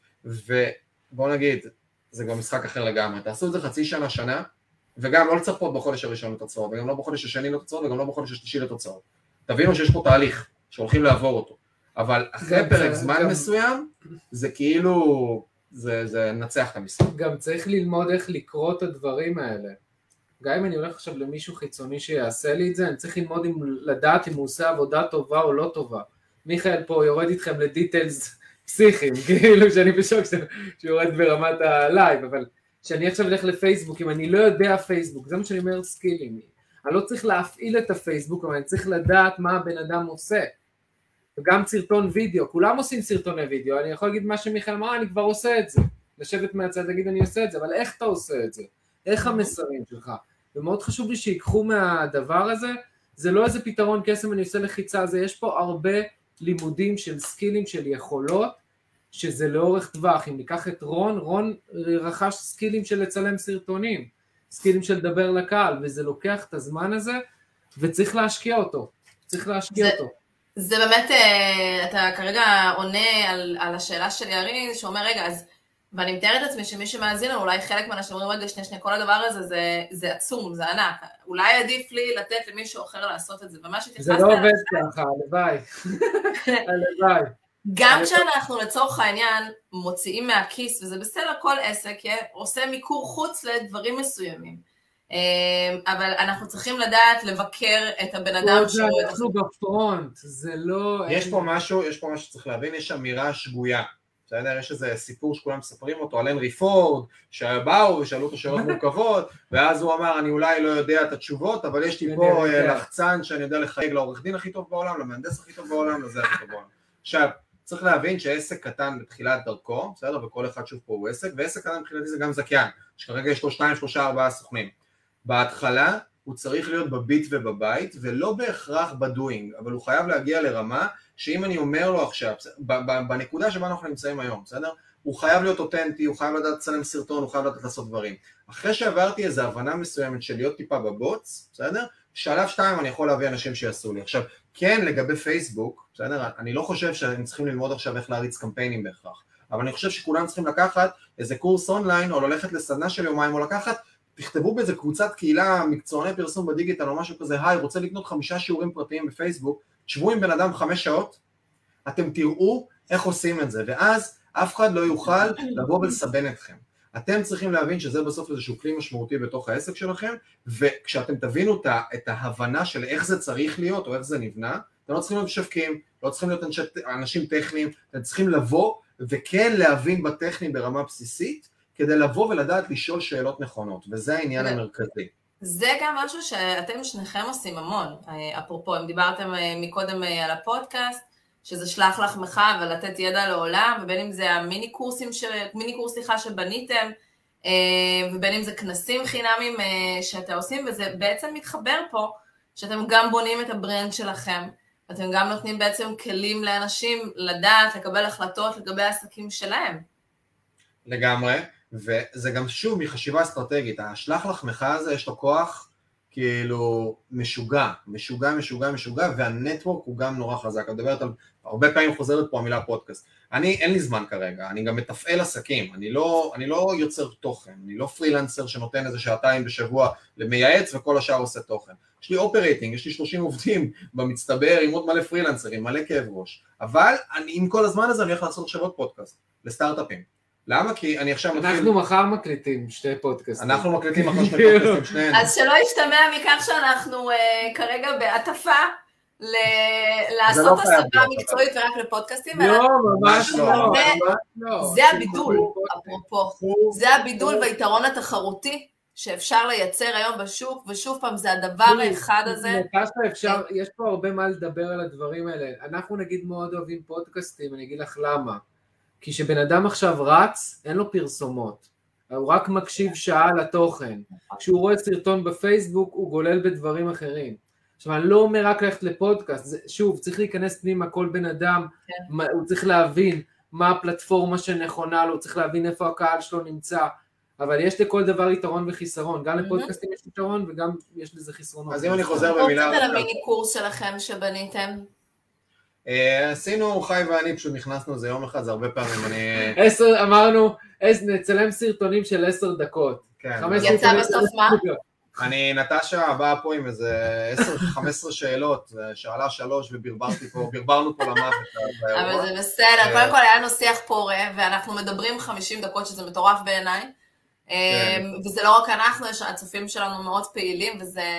ובוא נגיד, זה גם משחק אחר לגמרי, תעשו את זה חצי שנה, שנה, וגם לא לצפות בחודש הראשון לתוצאות, וגם לא בחודש השני לתוצאות, וגם לא בחודש השלישי לתוצאות. תבינו שיש פה תהליך, שהולכים לעבור אותו. אבל אחרי פרק זמן מסוים, זה כאילו, זה נצח את המשחק. גם צריך ללמוד איך לקרוא את הדברים האלה. גם אם אני הולך עכשיו למישהו חיצוני שיעשה לי את זה, אני צריך ללמוד אם, לדעת אם הוא עושה עבודה טובה או לא טובה. מיכאל פה יורד איתכם לדיטלס פסיכיים, כאילו שאני בשוק שיורד ברמת הלייב, אבל שאני עכשיו אלך לפייסבוק, אם אני לא יודע פייסבוק, זה מה שאני אומר סקילים. אני לא צריך להפעיל את הפייסבוק, אבל אני צריך לדעת מה הבן אדם עושה. וגם סרטון וידאו, כולם עושים סרטוני וידאו, אני יכול להגיד מה שמיכאל אמר, אני כבר עושה את זה. לשבת מהצד, להגיד אני עושה את זה, אבל איך אתה עושה את זה? איך המסרים שלך? ומאוד חשוב לי שיקחו מהדבר הזה, זה לא איזה פתרון קסם, אני עושה לחיצה, זה יש פה הרבה לימודים של סקילים, של יכולות, שזה לאורך טווח. אם ניקח את רון, רון רכש סקילים של לצלם סרטונים, סקילים של לדבר לקהל, וזה לוקח את הזמן הזה, וצריך להשקיע אותו, צריך להשקיע זה, אותו. זה באמת, אתה כרגע עונה על, על השאלה של ירין, שאומר, רגע, אז, ואני מתארת את עצמי שמי שמאזין לו, אולי חלק מהאנשים אומרים, רגע, שני, שני, כל הדבר הזה, זה, זה עצום, זה ענק, אולי עדיף לי לתת למישהו אחר לעשות את זה, ומה שתתפסת... זה לא עובד ככה, הלוואי, הלוואי. גם כשאנחנו לצורך העניין מוציאים מהכיס, וזה בסדר, כל עסק עושה מיקור חוץ לדברים מסוימים, אבל אנחנו צריכים לדעת לבקר את הבן אדם שהוא... אנחנו בפרונט, זה לא... יש פה משהו, יש פה משהו שצריך להבין, יש אמירה שגויה, בסדר? יש איזה סיפור שכולם מספרים אותו, על הנרי פורד, שבאו ושאלו אותו שאלות מורכבות, ואז הוא אמר, אני אולי לא יודע את התשובות, אבל יש לי פה לחצן שאני יודע לחייג לעורך דין הכי טוב בעולם, למהנדס הכי טוב בעולם, לזה הכי טוב בעולם. עכשיו, צריך להבין שעסק קטן בתחילת דרכו, בסדר? וכל אחד שוב פה הוא עסק, ועסק קטן מבחינתי זה גם זכיין, שכרגע יש לו שתיים, שלושה, ארבעה סוכנים. בהתחלה הוא צריך להיות בביט ובבית, ולא בהכרח בדוינג, אבל הוא חייב להגיע לרמה, שאם אני אומר לו עכשיו, בנקודה שבה אנחנו נמצאים היום, בסדר? הוא חייב להיות אותנטי, הוא חייב לדעת לצלם סרטון, הוא חייב לדעת לעשות דברים. אחרי שעברתי איזו הבנה מסוימת של להיות טיפה בבוץ, בסדר? שלב שתיים אני יכול להביא אנשים שיעשו לי. עכשיו, כן, לגבי פייסבוק, בסדר? אני לא חושב שהם צריכים ללמוד עכשיו איך להריץ קמפיינים בהכרח, אבל אני חושב שכולם צריכים לקחת איזה קורס אונליין, או ללכת לסדנה של יומיים, או לקחת, תכתבו באיזה קבוצת קהילה, מקצועני פרסום בדיגיטל, או משהו כזה, היי, רוצה לקנות חמישה שיעורים פרטיים בפייסבוק, תשבו עם בן אדם חמש שעות, אתם תראו איך עושים את זה, ואז אף אחד לא יוכל לבוא ולסבן אתכם. אתם צריכים להבין שזה בסוף איזשהו כלי משמעותי בתוך העסק שלכם, וכשאתם תבינו את ההבנה של איך זה צריך להיות, או איך זה נבנה, אתם לא צריכים להיות משווקים, לא צריכים להיות אנשים טכניים, אתם צריכים לבוא וכן להבין בטכני ברמה בסיסית, כדי לבוא ולדעת לשאול שאלות נכונות, וזה העניין המרכזי. זה גם משהו שאתם שניכם עושים המון, אפרופו, אם דיברתם מקודם על הפודקאסט, שזה שלח לחמך ולתת ידע לעולם, ובין אם זה המיני קורסים, מיני קורס סליחה שבניתם, ובין אם זה כנסים חינמים שאתם עושים, וזה בעצם מתחבר פה, שאתם גם בונים את הברנד שלכם, אתם גם נותנים בעצם כלים לאנשים לדעת, לקבל החלטות לגבי העסקים שלהם. לגמרי, וזה גם שוב מחשיבה אסטרטגית, השלח לחמך הזה יש לו כוח, כאילו משוגע, משוגע, משוגע, משוגע, והנטוורק הוא גם נורא חזק. אני מדברת על, הרבה פעמים חוזרת פה המילה פודקאסט. אני, אין לי זמן כרגע, אני גם מתפעל עסקים, אני לא, אני לא יוצר תוכן, אני לא פרילנסר שנותן איזה שעתיים בשבוע למייעץ וכל השאר עושה תוכן. יש לי אופרייטינג, יש לי שלושים עובדים במצטבר עם עוד מלא פרילנסרים, מלא כאב ראש. אבל אני, עם כל הזמן הזה אני הולך לעשות עכשיו עוד פודקאסט, לסטארט-אפים. למה? כי אני עכשיו... אנחנו מחר מקליטים שתי פודקאסטים. אנחנו מקליטים מחר שתי פודקאסטים, שניהם. אז שלא ישתמע מכך שאנחנו כרגע בעטפה לעשות הסבה מקצועית ורק לפודקאסטים. לא, ממש לא. זה הבידול, אפרופו. זה הבידול והיתרון התחרותי שאפשר לייצר היום בשוק, ושוב פעם זה הדבר האחד הזה. יש פה הרבה מה לדבר על הדברים האלה. אנחנו נגיד מאוד אוהבים פודקאסטים, אני אגיד לך למה. כי שבן אדם עכשיו רץ, אין לו פרסומות, הוא רק מקשיב שעה לתוכן, כשהוא רואה סרטון בפייסבוק, הוא גולל בדברים אחרים. עכשיו, אני לא אומר רק ללכת לפודקאסט, זה, שוב, צריך להיכנס פנימה, כל בן אדם, כן. מה, הוא צריך להבין מה הפלטפורמה שנכונה לו, הוא צריך להבין איפה הקהל שלו נמצא, אבל יש לכל דבר יתרון וחיסרון, גם לפודקאסטים יש יתרון וגם יש לזה חיסרונות. אז אם אני חוזר במילה... עוד קצת על המיני קורס שלכם שבניתם. עשינו, חי ואני פשוט נכנסנו איזה יום אחד, זה הרבה פעמים, אני... עשר, אמרנו, נצלם סרטונים של עשר דקות. יצא בסוף מה? אני, נטשה באה פה עם איזה עשר חמש עשרה שאלות, שאלה שלוש וברברתי פה, ברברנו פה למוות. אבל זה בסדר, קודם כל היה לנו שיח פורה, ואנחנו מדברים חמישים דקות שזה מטורף בעיניי, וזה לא רק אנחנו, הצופים שלנו מאוד פעילים,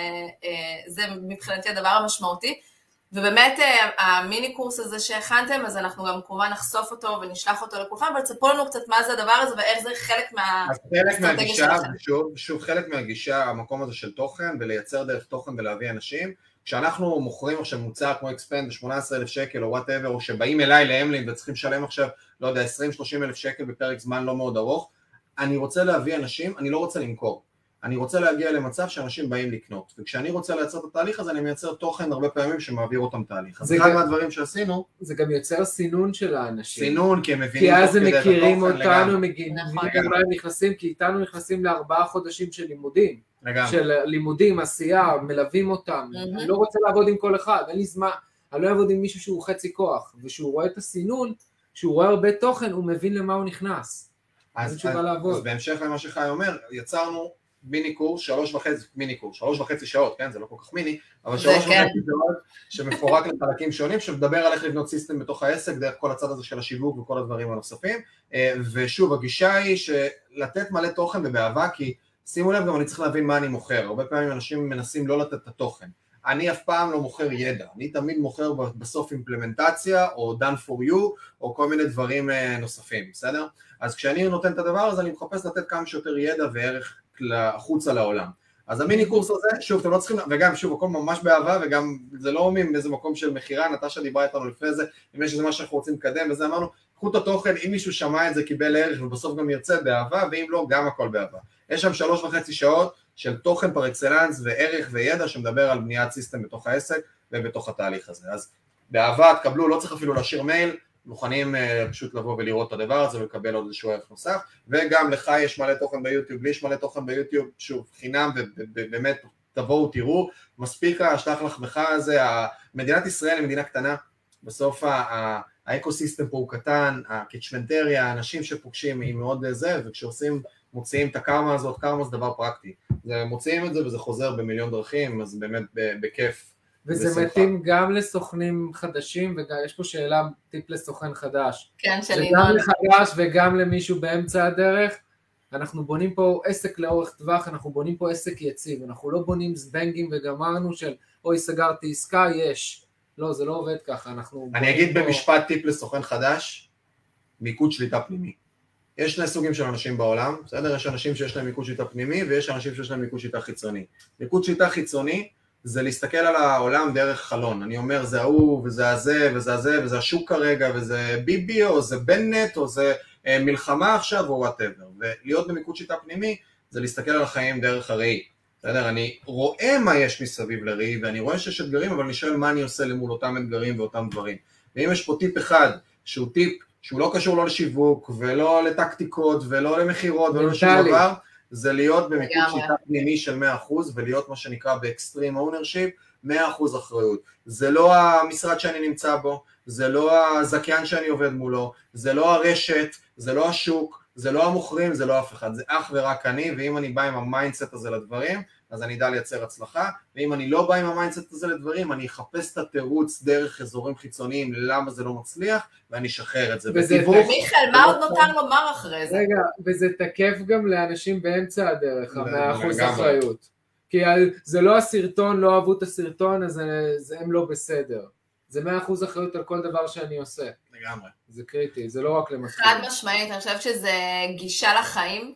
וזה מבחינתי הדבר המשמעותי, ובאמת המיני קורס הזה שהכנתם, אז אנחנו גם כמובן נחשוף אותו ונשלח אותו לכולכם, אבל תספרו לנו קצת מה זה הדבר הזה ואיך זה חלק מהאסטרטגיה שלכם. שוב, שוב, חלק מהגישה, המקום הזה של תוכן, ולייצר דרך תוכן ולהביא אנשים, כשאנחנו מוכרים עכשיו מוצר כמו אקספנד ב-שמונה עשרה אלף שקל או whatever, או שבאים אליי להמלין וצריכים לשלם עכשיו, לא יודע, עשרים שלושים אלף שקל בפרק זמן לא מאוד ארוך, אני רוצה להביא אנשים, אני לא רוצה למכור. אני רוצה להגיע למצב שאנשים באים לקנות, וכשאני רוצה לייצר את התהליך הזה, אני מייצר תוכן הרבה פעמים שמעביר אותם תהליך. אז אחד מהדברים שעשינו... זה גם יוצר סינון של האנשים. סינון, כי הם מבינים... כי אז הם מכירים אותנו, וגם הם נכנסים, כי איתנו נכנסים לארבעה חודשים של לימודים. של לימודים, עשייה, מלווים אותם. אני לא רוצה לעבוד עם כל אחד, אין לי זמן, אני לא אעבוד עם מישהו שהוא חצי כוח, ושהוא רואה את הסינון, שהוא רואה הרבה תוכן, הוא מבין למה הוא נכנס. אז בהמשך למה שחי אומר, יצרנו מיני קורס, שלוש וחצי, מיני קורס, שלוש וחצי שעות, כן, זה לא כל כך מיני, אבל שלוש וחצי שעות שמפורק לחלקים שונים, שמדבר על איך לבנות סיסטם בתוך העסק, דרך כל הצד הזה של השיווק וכל הדברים הנוספים, ושוב, הגישה היא שלתת מלא תוכן ובאהבה, כי שימו לב, גם אני צריך להבין מה אני מוכר, הרבה פעמים אנשים מנסים לא לתת את התוכן, אני אף פעם לא מוכר ידע, אני תמיד מוכר בסוף אימפלמנטציה, או done for you, או כל מיני דברים נוספים, בסדר? אז כשאני נותן את הדבר הזה, אני מחפש לתת כמה שיותר ידע וערך החוצה לעולם. אז המיני קורס הזה, שוב, אתם לא צריכים, וגם שוב, הכל ממש באהבה, וגם זה לא מאיזה מקום של מחירה, נטשה דיברה איתנו לפני זה, אם יש איזה מה שאנחנו רוצים לקדם, וזה אמרנו, קחו את התוכן, אם מישהו שמע את זה, קיבל ערך, ובסוף גם ירצה באהבה, ואם לא, גם הכל באהבה. יש שם שלוש וחצי שעות של תוכן פר אקסלנס, וערך וידע, שמדבר על בניית סיסטם בתוך העסק, ובתוך התהליך הזה. אז באהבה, תקבלו, לא צריך אפילו להשאיר מייל, מוכנים פשוט לבוא ולראות את הדבר הזה ולקבל עוד איזשהו ערך נוסף, וגם לך יש מלא תוכן ביוטיוב, לי יש מלא תוכן ביוטיוב, שוב, חינם, ובאמת תבואו, תראו, מספיק השלח לחמך הזה, מדינת ישראל היא מדינה קטנה, בסוף האקוסיסטם פה הוא קטן, הקיצ'מנטריה, האנשים שפוגשים היא מאוד זה, וכשעושים, מוציאים את הקרמה הזאת, קרמה זה דבר פרקטי, מוציאים את זה וזה חוזר במיליון דרכים, אז באמת בכיף, וזה מתאים גם לסוכנים חדשים, ויש פה שאלה, טיפ לסוכן חדש. כן, של ינון. וגם לחדש וגם למישהו באמצע הדרך, אנחנו בונים פה עסק לאורך טווח, אנחנו בונים פה עסק יציב, אנחנו לא בונים זבנגים וגמרנו של, אוי, סגרתי עסקה, יש. לא, זה לא עובד ככה, אנחנו... אני אגיד פה... במשפט טיפ לסוכן חדש, מיקוד שליטה פנימי. יש שני סוגים של אנשים בעולם, בסדר? יש אנשים שיש להם מיקוד שליטה פנימי, ויש אנשים שיש להם מיקוד שליטה חיצוני. מיקוד שליטה חיצוני, זה להסתכל על העולם דרך חלון, אני אומר זה ההוא וזה הזה וזה הזה וזה השוק כרגע וזה ביבי או זה בנט או זה אה, מלחמה עכשיו או whatever, ולהיות במיקוד שיטה פנימי זה להסתכל על החיים דרך הראי, בסדר? אני רואה מה יש מסביב לראי ואני רואה שיש אתגרים, אבל אני שואל מה אני עושה למול אותם אתגרים ואותם דברים, ואם יש פה טיפ אחד שהוא טיפ שהוא לא קשור לא לשיווק ולא לטקטיקות ולא למחירות ולא לשום דבר, זה להיות במיקוד שיטה פנימי של מאה אחוז, ולהיות מה שנקרא באקסטרים אונרשיפ, מאה אחוז אחריות. זה לא המשרד שאני נמצא בו, זה לא הזכיין שאני עובד מולו, זה לא הרשת, זה לא השוק, זה לא המוכרים, זה לא אף אחד, זה אך ורק אני, ואם אני בא עם המיינדסט הזה לדברים, אז אני אדע לייצר הצלחה, ואם אני לא בא עם המיינדסט הזה לדברים, אני אחפש את התירוץ דרך אזורים חיצוניים, למה זה לא מצליח, ואני אשחרר את זה. מיכאל, מה עוד נותר לומר אחרי זה? רגע, וזה תקף גם לאנשים באמצע הדרך, מאה אחוז אחריות. כי זה לא הסרטון, לא אהבו את הסרטון, אז הם לא בסדר. זה מאה אחוז אחריות על כל דבר שאני עושה. לגמרי. זה קריטי, זה לא רק למסכים. חד משמעית, אני חושבת שזה גישה לחיים,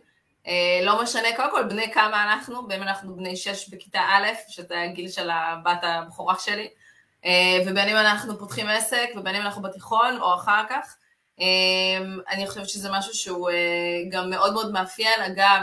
לא משנה, קודם כל בני כמה אנחנו, בין אנחנו בני שש בכיתה א', שזה הגיל של הבת הבכורה שלי, ובין אם אנחנו פותחים עסק, ובין אם אנחנו בתיכון או אחר כך, אני חושבת שזה משהו שהוא גם מאוד מאוד מאפיין, אגב,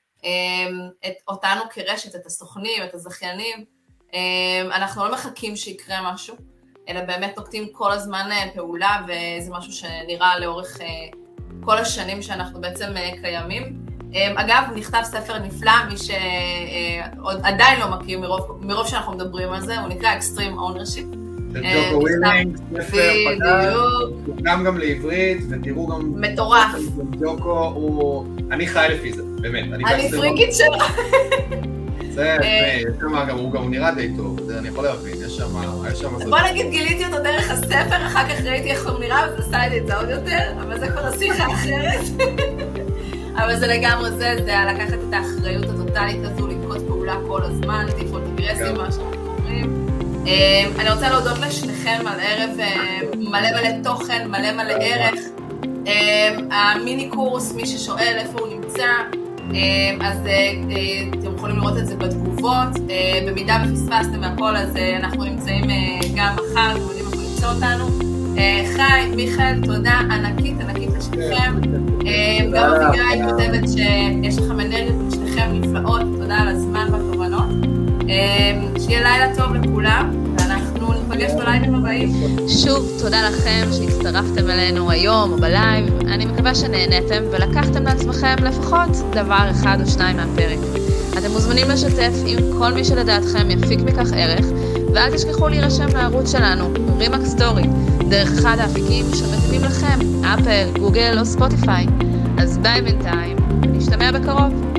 את אותנו כרשת, את הסוכנים, את הזכיינים, אנחנו לא מחכים שיקרה משהו, אלא באמת נוקטים כל הזמן פעולה, וזה משהו שנראה לאורך כל השנים שאנחנו בעצם קיימים. אגב, נכתב ספר נפלא, מי שעוד עדיין לא מכיר, מרוב, מרוב שאנחנו מדברים על זה, הוא נקרא Extreme Ownership. ג'וקו ווילינג, ספר פתח, גם גם לעברית, ותראו גם... מטורף. ג'וקו הוא... אני חי לפי זה, באמת. אני פריקית שלו. זה, יש שם גם, הוא גם נראה די טוב, זה אני יכול להבין, יש שם, יש שם... בוא נגיד, גיליתי אותו דרך הספר, אחר כך ראיתי איך הוא נראה, וזה עשה לי את זה עוד יותר, אבל זה כבר השיחה אחרת. אבל זה לגמרי זה, זה לקחת את האחריות הטוטלית הזו, לנקוט פעולה כל הזמן, טיפול אגרסיב, מה שאנחנו אומרים. אני רוצה להודות לשניכם על ערב מלא מלא תוכן, מלא מלא ערך. המיני קורס, מי ששואל איפה הוא נמצא, אז אתם יכולים לראות את זה בתגובות. במידה ופספסתם מהכל, אז אנחנו נמצאים גם מחר, אתם יודעים איפה למצוא אותנו. חי, מיכאל, תודה ענקית, ענקית לשניכם. גם אביגיל כותבת שיש לכם אנרגיות לשניכם נפלאות, תודה על הזמן והתובנות. שיהיה לילה טוב לכולם, ואנחנו נפגש בלייבים הבאים. שוב, תודה לכם שהצטרפתם אלינו היום או בלייב. אני מקווה שנהנתם ולקחתם לעצמכם לפחות דבר אחד או שניים מהפרק. אתם מוזמנים לשתף עם כל מי שלדעתכם יפיק מכך ערך, ואל תשכחו להירשם לערוץ שלנו, רימקס סטורי, דרך אחד האפיקים שמתאימים לכם, אפל, גוגל או ספוטיפיי. אז ביי בינתיים, נשתמע בקרוב.